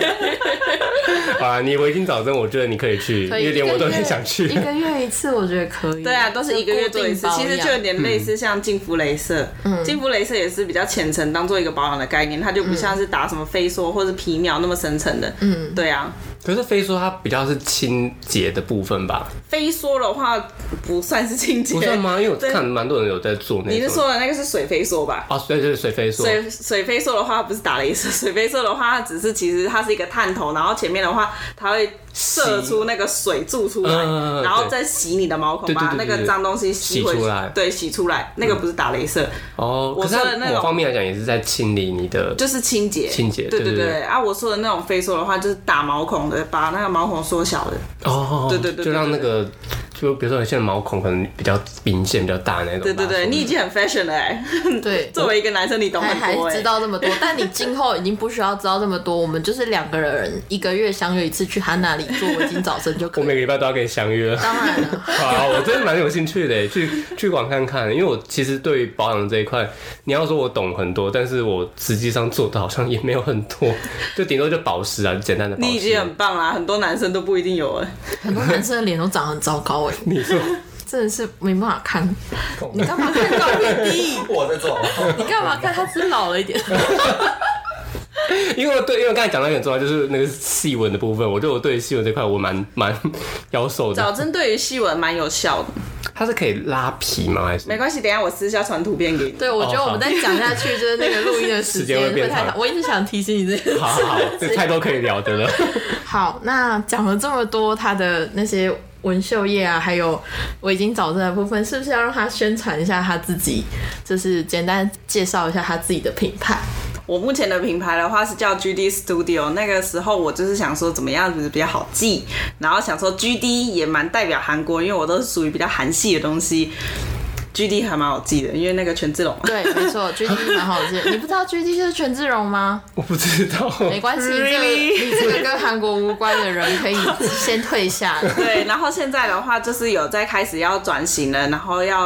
[SPEAKER 1] 啊，你围巾早针，我觉得你可以去，因为连我都很想去。
[SPEAKER 2] 一个月一次，我觉得可以。
[SPEAKER 3] 对啊，都是一个月做一次，其实就有点类似像净肤雷射。嗯，净肤雷射也是比较浅层，当做一个保养的概念，它就不像是打什么飞梭或是皮秒那么深层的。嗯，对啊。
[SPEAKER 1] 可是飞梭它比较是清洁的部分吧？
[SPEAKER 3] 飞梭的话不算是清洁，
[SPEAKER 1] 不算吗？因为我看蛮多人有在做那种。
[SPEAKER 3] 你是说的那个是水飞梭吧？
[SPEAKER 1] 哦，对对，水飞梭。
[SPEAKER 3] 水水飞梭的话不是打雷射，水飞梭的话它只是其实它是一个探头，然后前面的话它会射出那个水柱出来，
[SPEAKER 1] 嗯、
[SPEAKER 3] 然后再洗你的毛孔，把那个脏东西洗
[SPEAKER 1] 出来。
[SPEAKER 3] 对，洗出来，那个不是打雷射。
[SPEAKER 1] 哦，
[SPEAKER 3] 我说的那种
[SPEAKER 1] 某方面来讲也是在清理你的，
[SPEAKER 3] 就是清洁，
[SPEAKER 1] 清洁。
[SPEAKER 3] 对对
[SPEAKER 1] 对, 对,
[SPEAKER 3] 对啊，我说的那种飞梭的话，就是打毛孔的，把那个毛孔缩小的。
[SPEAKER 1] 哦，
[SPEAKER 3] 对对 对, 对, 对, 对，
[SPEAKER 1] 就让那个。就比如说有些毛孔可能比较明显、比较大那种。
[SPEAKER 3] 对对对，你已经很 fashion 了哎、欸。
[SPEAKER 2] 对，
[SPEAKER 3] 作为一个男生，你懂很多哎、欸，
[SPEAKER 2] 还知道这么多。但你今后已经不需要知道这么多，我们就是两个人一个月相约一次去他那里做围巾早针就可以。
[SPEAKER 1] 我每个礼拜都要跟你相约。
[SPEAKER 2] 当然了。
[SPEAKER 1] 好，我真的蛮有兴趣的，去去玩看看。因为我其实对于保养这一块，你要说我懂很多，但是我实际上做的好像也没有很多，就顶多就保湿啊，简单的保湿。
[SPEAKER 3] 你已经很棒啦，很多男生都不一定有哎。
[SPEAKER 2] 很多男生的脸都长很糟糕哎。
[SPEAKER 1] 你说。
[SPEAKER 2] 真的是没办法看，你干嘛看高偏低？
[SPEAKER 4] 我在做，
[SPEAKER 2] 你干嘛看？他只是老了一点。
[SPEAKER 1] 因为对，因为刚才讲到一个很重要，就是那个细纹的部分，我觉得我对细纹这块我蛮蛮腰瘦的。
[SPEAKER 3] 早针对于细纹蛮有效的。
[SPEAKER 1] 它是可以拉皮吗？还是
[SPEAKER 3] 没关系，等一下我私下传图片给你。
[SPEAKER 2] 对，我觉得我们再讲下去，就是那个录音的时间会太长。我一直想提醒你这件事。
[SPEAKER 1] 好好好，这太多可以聊的了。
[SPEAKER 2] 好，那讲了这么多，他的那些纹绣业啊，还有围巾早针的部分，是不是要让他宣传一下他自己？就是简单介绍一下他自己的品牌。
[SPEAKER 3] 我目前的品牌的话是叫 G D Studio， 那个时候我就是想说怎么样子比较好记，然后想说 G D 也蛮代表韩国，因为我都是属于比较韩系的东西。G D 还蛮好记的，因为那个权志龙。
[SPEAKER 2] 对，没错 ，G D 蛮好记的。你不知道 G D 就是权志龙吗？
[SPEAKER 1] 我不知道。
[SPEAKER 2] 没关系， really? 这个你这个跟韩国无关的人可以先退下。
[SPEAKER 3] 对，然后现在的话就是有在开始要转型了，然后要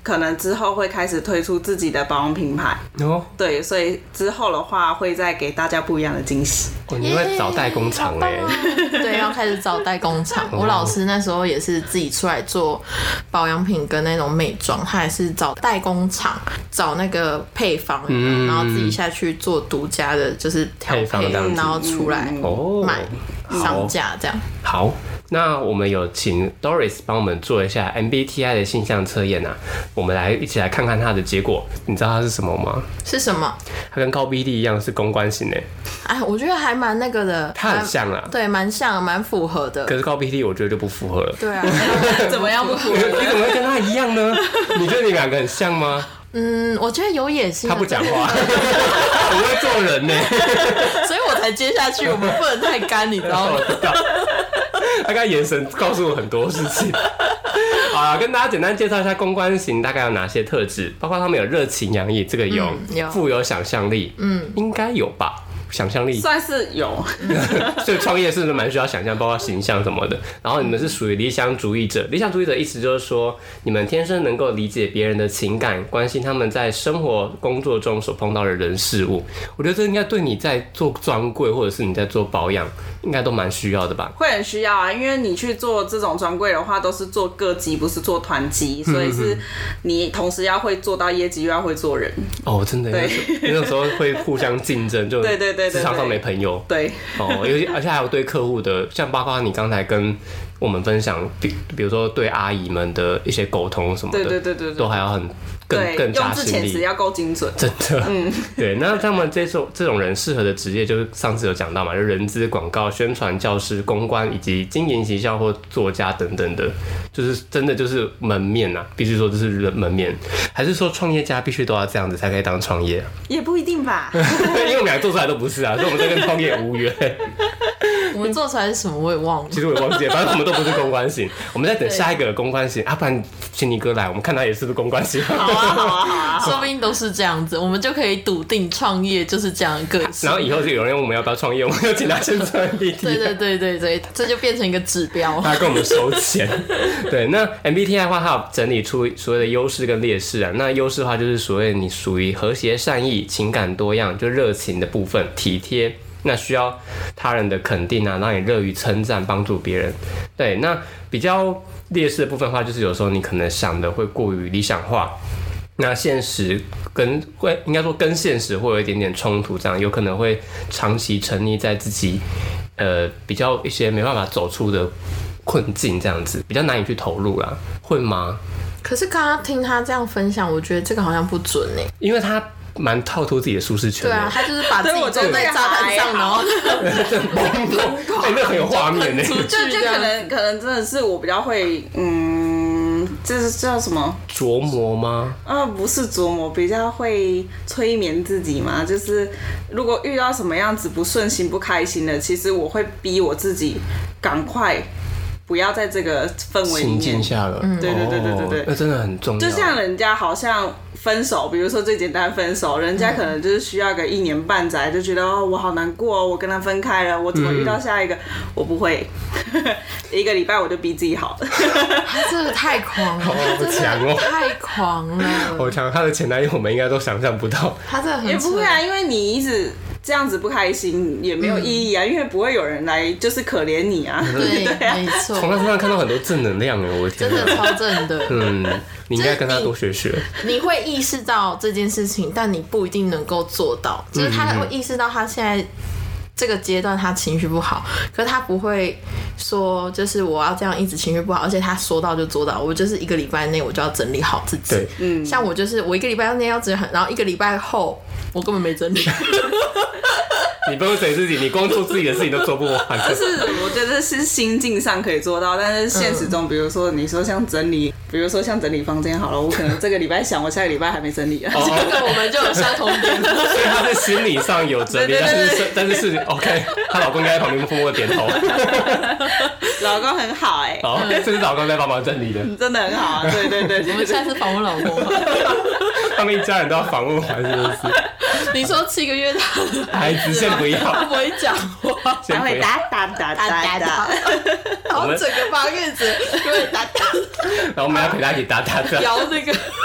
[SPEAKER 3] 可能之后会开始推出自己的保养品牌。哦，对，所以之后的话会再给大家不一样的惊喜。
[SPEAKER 1] 哦，你会找代工厂哎、
[SPEAKER 2] 欸？对，要开始找代工厂。我老师那时候也是自己出来做保养品跟那种美妆，他也是找代工厂，找那个配方，嗯、然后自己下去做独家的，就是调配，然后出来卖、嗯、上架这样。
[SPEAKER 1] 好。那我们有请 Doris 帮我们做一下 M B T I 的性向测验啊，我们来一起来看看它的结果。你知道它是什么吗？
[SPEAKER 2] 是什么？
[SPEAKER 1] 它跟高 B D 一样是公关型诶。
[SPEAKER 2] 哎，我觉得还蛮那个的。
[SPEAKER 1] 它很像啊。
[SPEAKER 2] 对，蛮像，蛮符合的。
[SPEAKER 1] 可是高 B D 我觉得就不符合了。
[SPEAKER 2] 对啊，怎么样不符合？
[SPEAKER 1] 你怎么会跟他一样呢？你觉得你两个很像吗？
[SPEAKER 2] 嗯，我觉得有野心。
[SPEAKER 1] 他不讲话，很会做人呢，
[SPEAKER 2] 所以我才接下去。我们不能太干，你知道吗？
[SPEAKER 1] 他刚才眼神告诉我很多事情。好啦，跟大家简单介绍一下公关型大概有哪些特质，包括他们有热情洋溢，这个有，嗯、有富有想象力，嗯，应该有吧。想象力
[SPEAKER 3] 算是有，
[SPEAKER 1] 所以创业是蛮需要想象，包括形象什么的。然后你们是属于理想主义者，理想主义者意思就是说，你们天生能够理解别人的情感，关心他们在生活工作中所碰到的人事物。我觉得这应该对你在做专柜或者是你在做保养，应该都蛮需要的吧？
[SPEAKER 3] 会很需要啊，因为你去做这种专柜的话，都是做个机，不是做团机，所以是你同时要会做到业绩，又要会做人。
[SPEAKER 1] 哦，真的，对，那时候会互相竞争，就
[SPEAKER 3] 对对对。
[SPEAKER 1] 职场上没朋友，
[SPEAKER 3] 对
[SPEAKER 1] 哦，尤其而且还有对客户的，像包括你刚才跟我们分享，比比如说对阿姨们的一些沟通什么的，
[SPEAKER 3] 对对对 对, 对，
[SPEAKER 1] 都还要很更更加心力，
[SPEAKER 3] 用字遣词要够精准，
[SPEAKER 1] 真的，嗯，对。那他们这种这种人适合的职业，就是上次有讲到嘛，就人资、广告、宣传、教师、公关以及经营、行销或作家等等的，就是真的就是门面啊，必须说这是门面，还是说创业家必须都要这样子才可以当创业、啊？
[SPEAKER 3] 也不一定吧，
[SPEAKER 1] 因为我们俩做出来都不是啊，所以我们这跟创业无缘。
[SPEAKER 2] 我们做出来是什么我也忘了，
[SPEAKER 1] 其实我也忘记了，反正我们都不是公关型，我们在等下一个公关型啊，不然请你哥来，我们看他也是不是公关型。
[SPEAKER 2] 好啊好啊好啊，说不定都是这样子，我们就可以笃定创业就是这样的个性。
[SPEAKER 1] 然后以后就有人问我们要不要创业，我们就请他先做 M B T I。
[SPEAKER 2] 对对对对对，这就变成一个指标，
[SPEAKER 1] 他跟我们收钱。对，那 M B T I 的话，它有整理出所谓的优势跟劣势啊。那优势的话，就是所谓你属于和谐善意、情感多样，就热情的部分，体贴。那需要他人的肯定啊，让你乐于称赞，帮助别人。对，那比较劣势的部分的话，就是有时候你可能想的会过于理想化，那现实跟会应该说跟现实会有一点点冲突，这样有可能会长期沉溺在自己呃比较一些没办法走出的困境，这样子比较难以去投入啦，会吗？
[SPEAKER 2] 可是刚刚听他这样分享，我觉得这个好像不准哎、欸，
[SPEAKER 1] 因为他。蛮套脱自己的舒适圈的，
[SPEAKER 2] 对啊，他就是把自己站在沙滩上，然后
[SPEAKER 1] 哎，那很有画面呢。
[SPEAKER 3] 就就可能可能真的是我比较会，嗯，这是叫什么？
[SPEAKER 1] 琢磨吗？
[SPEAKER 3] 啊，不是琢磨，比较会催眠自己嘛。就是如果遇到什么样子不顺心、不开心的，其实我会逼我自己赶快。不要在这个氛围里面
[SPEAKER 1] 静下了，
[SPEAKER 3] 对对对对对对，
[SPEAKER 1] 那真的很重要。
[SPEAKER 3] 就像人家好像分手，比如说最简单分手，人家可能就是需要个一年半载，就觉得哦我好难过哦，我跟他分开了，我怎么遇到下一个？嗯、我不会，一个礼拜我就逼自己好了。
[SPEAKER 2] 他真的太狂了，
[SPEAKER 1] 好强哦，
[SPEAKER 2] 太狂了，
[SPEAKER 1] 好强！他的前男友我们应该都想象不到。
[SPEAKER 2] 他真的很
[SPEAKER 3] 也不会啊，因为你一直。这样子不开心也没有意义啊，嗯、因为不会有人来就是可怜你啊。
[SPEAKER 2] 对，
[SPEAKER 3] 对啊，
[SPEAKER 2] 没错。
[SPEAKER 1] 从他身上看到很多正能量哎，我的天，
[SPEAKER 2] 真的超正的。
[SPEAKER 1] 嗯，你应该跟他多学学
[SPEAKER 2] 你。你会意识到这件事情，但你不一定能够做到。就是他会意识到他现在这个阶段他情绪不好，可是他不会说就是我要这样一直情绪不好，而且他说到就做到。我就是一个礼拜内我就要整理好自己。
[SPEAKER 1] 对，
[SPEAKER 2] 嗯，像我就是我一个礼拜内要整理好，然后一个礼拜后我根本没整理。
[SPEAKER 1] 你不用整自己，你光做自己的事情都做不完。
[SPEAKER 3] 就是我觉得是心境上可以做到，但是现实中，比如说你说像整理，比如说像整理房间好了，我可能这个礼拜想，我下个礼拜还没整理啊。
[SPEAKER 2] 这个我们就有相同点。
[SPEAKER 1] 所以她是心理上有整理，但是但是是 OK， 她老公应该在旁边默默点头。
[SPEAKER 3] 老公很好哎、欸，
[SPEAKER 1] 好，这是老公在帮忙整理的，
[SPEAKER 3] 真的很好啊。对对 对, 對，
[SPEAKER 2] 我们现在是访问老公。
[SPEAKER 1] 他们一家人都要访问完，是不是？
[SPEAKER 2] 你说七个月大的
[SPEAKER 1] 孩子先不要，
[SPEAKER 2] 他不会讲话，
[SPEAKER 3] 他会打打打打打打，
[SPEAKER 2] 然后整个八月子就会打打，
[SPEAKER 1] 然后我们要陪他一起打打打，
[SPEAKER 2] 摇那个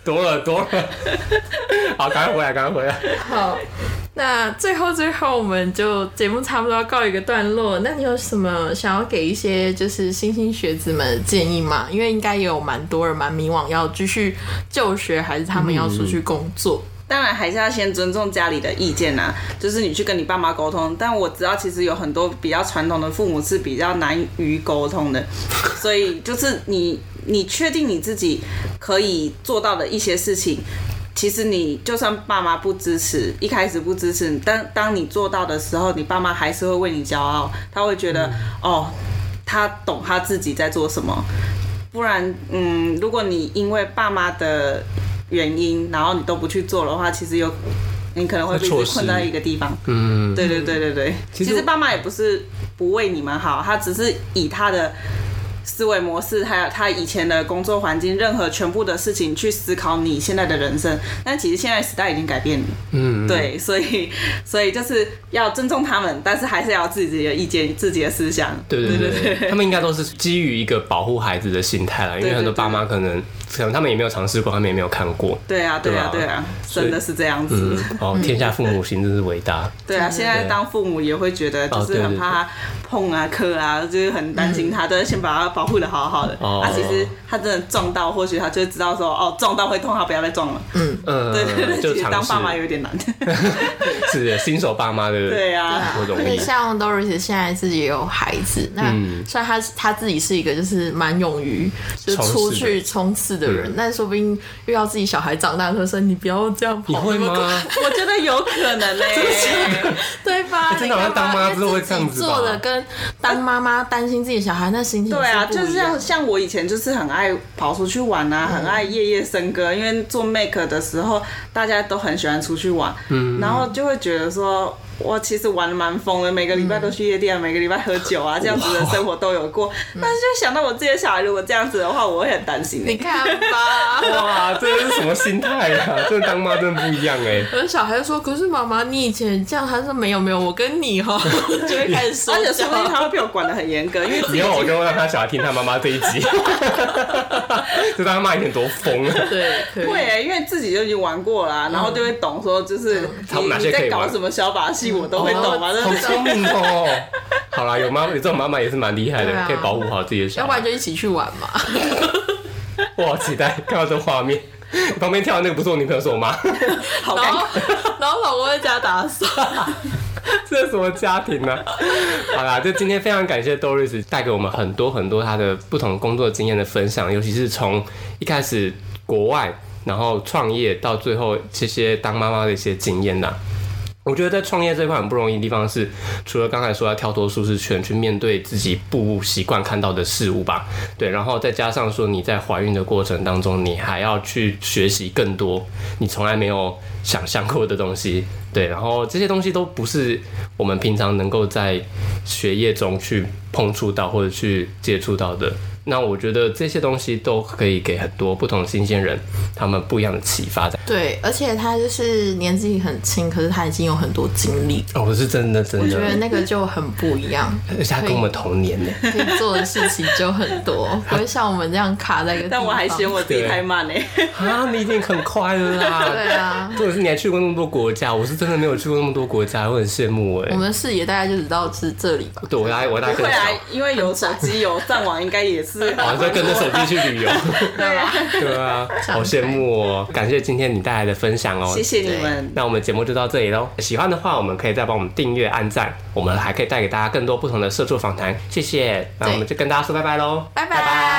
[SPEAKER 1] 多了多了。好，赶快回来，赶快回来。
[SPEAKER 2] 好，那最后最后我们就节目差不多要告一个段落。那你有什么想要给一些就是新兴学子们的建议吗？因为应该也有蛮多人蛮迷惘，要继续就学还是他们要出去工作。嗯，
[SPEAKER 3] 当然还是要先尊重家里的意见啊，就是你去跟你爸妈沟通。但我知道其实有很多比较传统的父母是比较难于沟通的，所以就是你你确定你自己可以做到的一些事情，其实你就算爸妈不支持，一开始不支持，当当你做到的时候，你爸妈还是会为你骄傲，他会觉得、嗯、哦，他懂他自己在做什么。不然，嗯，如果你因为爸妈的原因，然后你都不去做的话，其实有你可能会被困在一个地方。嗯，对对对对对。其实爸妈也不是不为你们好，他只是以他的思维模式，还有他以前的工作环境，任何全部的事情去思考你现在的人生。但其实现在时代已经改变了，嗯，对，所以所以就是要尊重他们，但是还是要有自己的意见、自己的思想。
[SPEAKER 1] 对对 对, 对, 对，他们应该都是基于一个保护孩子的心态啦，因为很多爸妈可能可能他们也没有尝试过，他们也没有看过。
[SPEAKER 3] 对啊，对啊，对啊，真的是这样子。
[SPEAKER 1] 嗯、哦，天下父母心真是伟大。
[SPEAKER 3] 对啊，现在当父母也会觉得就是很怕他碰啊、磕啊，就是很担心他，都是先把他保护的好好的。哦、啊，其实他真的撞到，或许他就知道说，哦，撞到会痛，他不要再撞了。嗯嗯，对对对，其实当爸妈有点难。
[SPEAKER 1] 是的，新手爸妈的
[SPEAKER 3] 对啊，
[SPEAKER 1] 不容易。
[SPEAKER 2] 像 Doris 现在自己也有孩子，那虽然他他自己是一个就是蛮勇于就出去冲刺的人，但说不定遇到自己小孩长大的时候，你不要这样跑。
[SPEAKER 1] 你会吗？
[SPEAKER 3] 我觉得有可能嘞、欸，
[SPEAKER 2] 对吧？
[SPEAKER 1] 真的好像当妈之后会这样子吧？
[SPEAKER 2] 做的跟当妈妈担心自己小孩那心情是不一样。
[SPEAKER 3] 对啊，就是像像我以前就是很爱跑出去玩啊，很爱夜夜笙歌，因为做 make 的时候大家都很喜欢出去玩，嗯，然后就会觉得说。我其实玩得蛮疯的，每个礼拜都去夜店，嗯、每个礼拜喝酒啊，这样子的生活都有过。但是就想到我自己的小孩如果这样子的话，我会很担心。
[SPEAKER 2] 你看吧，
[SPEAKER 1] 哇，这是什么心态啊？这当妈真的不一样哎。
[SPEAKER 2] 而小孩说：“可是妈妈，你以前这样。”他说：“没有没有，我跟你哈。”就会开始说，
[SPEAKER 3] 而且说不定他会被我管得很严格，因为
[SPEAKER 1] 以后我就让他小孩听他妈妈这一集，就当他妈以前多疯啊。
[SPEAKER 2] 对，
[SPEAKER 3] 会、欸，因为自己就已经玩过了、啊，然后就会懂说，就是你你在搞什么小把戏。我都会懂嘛，
[SPEAKER 1] 好聪明哦！好啦，有妈有这种妈妈也是蛮厉害的，啊、可以保护好自己的小孩。
[SPEAKER 2] 要不然就一起去玩嘛。
[SPEAKER 1] 我好期待看到这画面，旁边跳的那个不是我女朋友，是我妈。
[SPEAKER 2] 好尴尬。然后老公在家打扫。
[SPEAKER 1] 这是什么家庭呢、啊？好啦，就今天非常感谢 Doris 带给我们很多很多她的不同工作经验的分享，尤其是从一开始国外，然后创业到最后这些当妈妈的一些经验呐、啊。我觉得在创业这块很不容易的地方是，除了刚才说要跳脱舒适圈去面对自己不习惯看到的事物吧，对，然后再加上说你在怀孕的过程当中，你还要去学习更多你从来没有想象过的东西，对，然后这些东西都不是我们平常能够在学业中去碰触到或者去接触到的。那我觉得这些东西都可以给很多不同的新鲜人他们不一样的启发在。
[SPEAKER 2] 对，而且他就是年纪很轻，可是他已经有很多经历。
[SPEAKER 1] 哦，是真的，真的。
[SPEAKER 2] 我觉得那个就很不一样，
[SPEAKER 1] 而且他跟我们同年呢，
[SPEAKER 2] 可以做的事情就很多，不会像我们这样卡在一个地方。
[SPEAKER 3] 但我还嫌我自己太慢呢。
[SPEAKER 1] 啊，你已经很快了啦。
[SPEAKER 2] 对啊，
[SPEAKER 1] 或者是你还去过那么多国家，我是真的没有去过那么多国家，我很羡慕哎。
[SPEAKER 2] 我们的视野大概就只到是这里吧。
[SPEAKER 1] 对，我大概我大概更少。
[SPEAKER 3] 因为有手机有上网，应该也是。
[SPEAKER 1] 好，再跟着手机去旅游。
[SPEAKER 3] 对啊，
[SPEAKER 1] 对啊，好羡慕哦！感谢今天你带来的分享哦，
[SPEAKER 3] 谢谢你们。
[SPEAKER 1] 那我们节目就到这里喽。喜欢的话，我们可以再帮我们订阅、按赞，我们还可以带给大家更多不同的社畜访谈。谢谢，那我们就跟大家说拜拜喽，
[SPEAKER 2] 拜拜。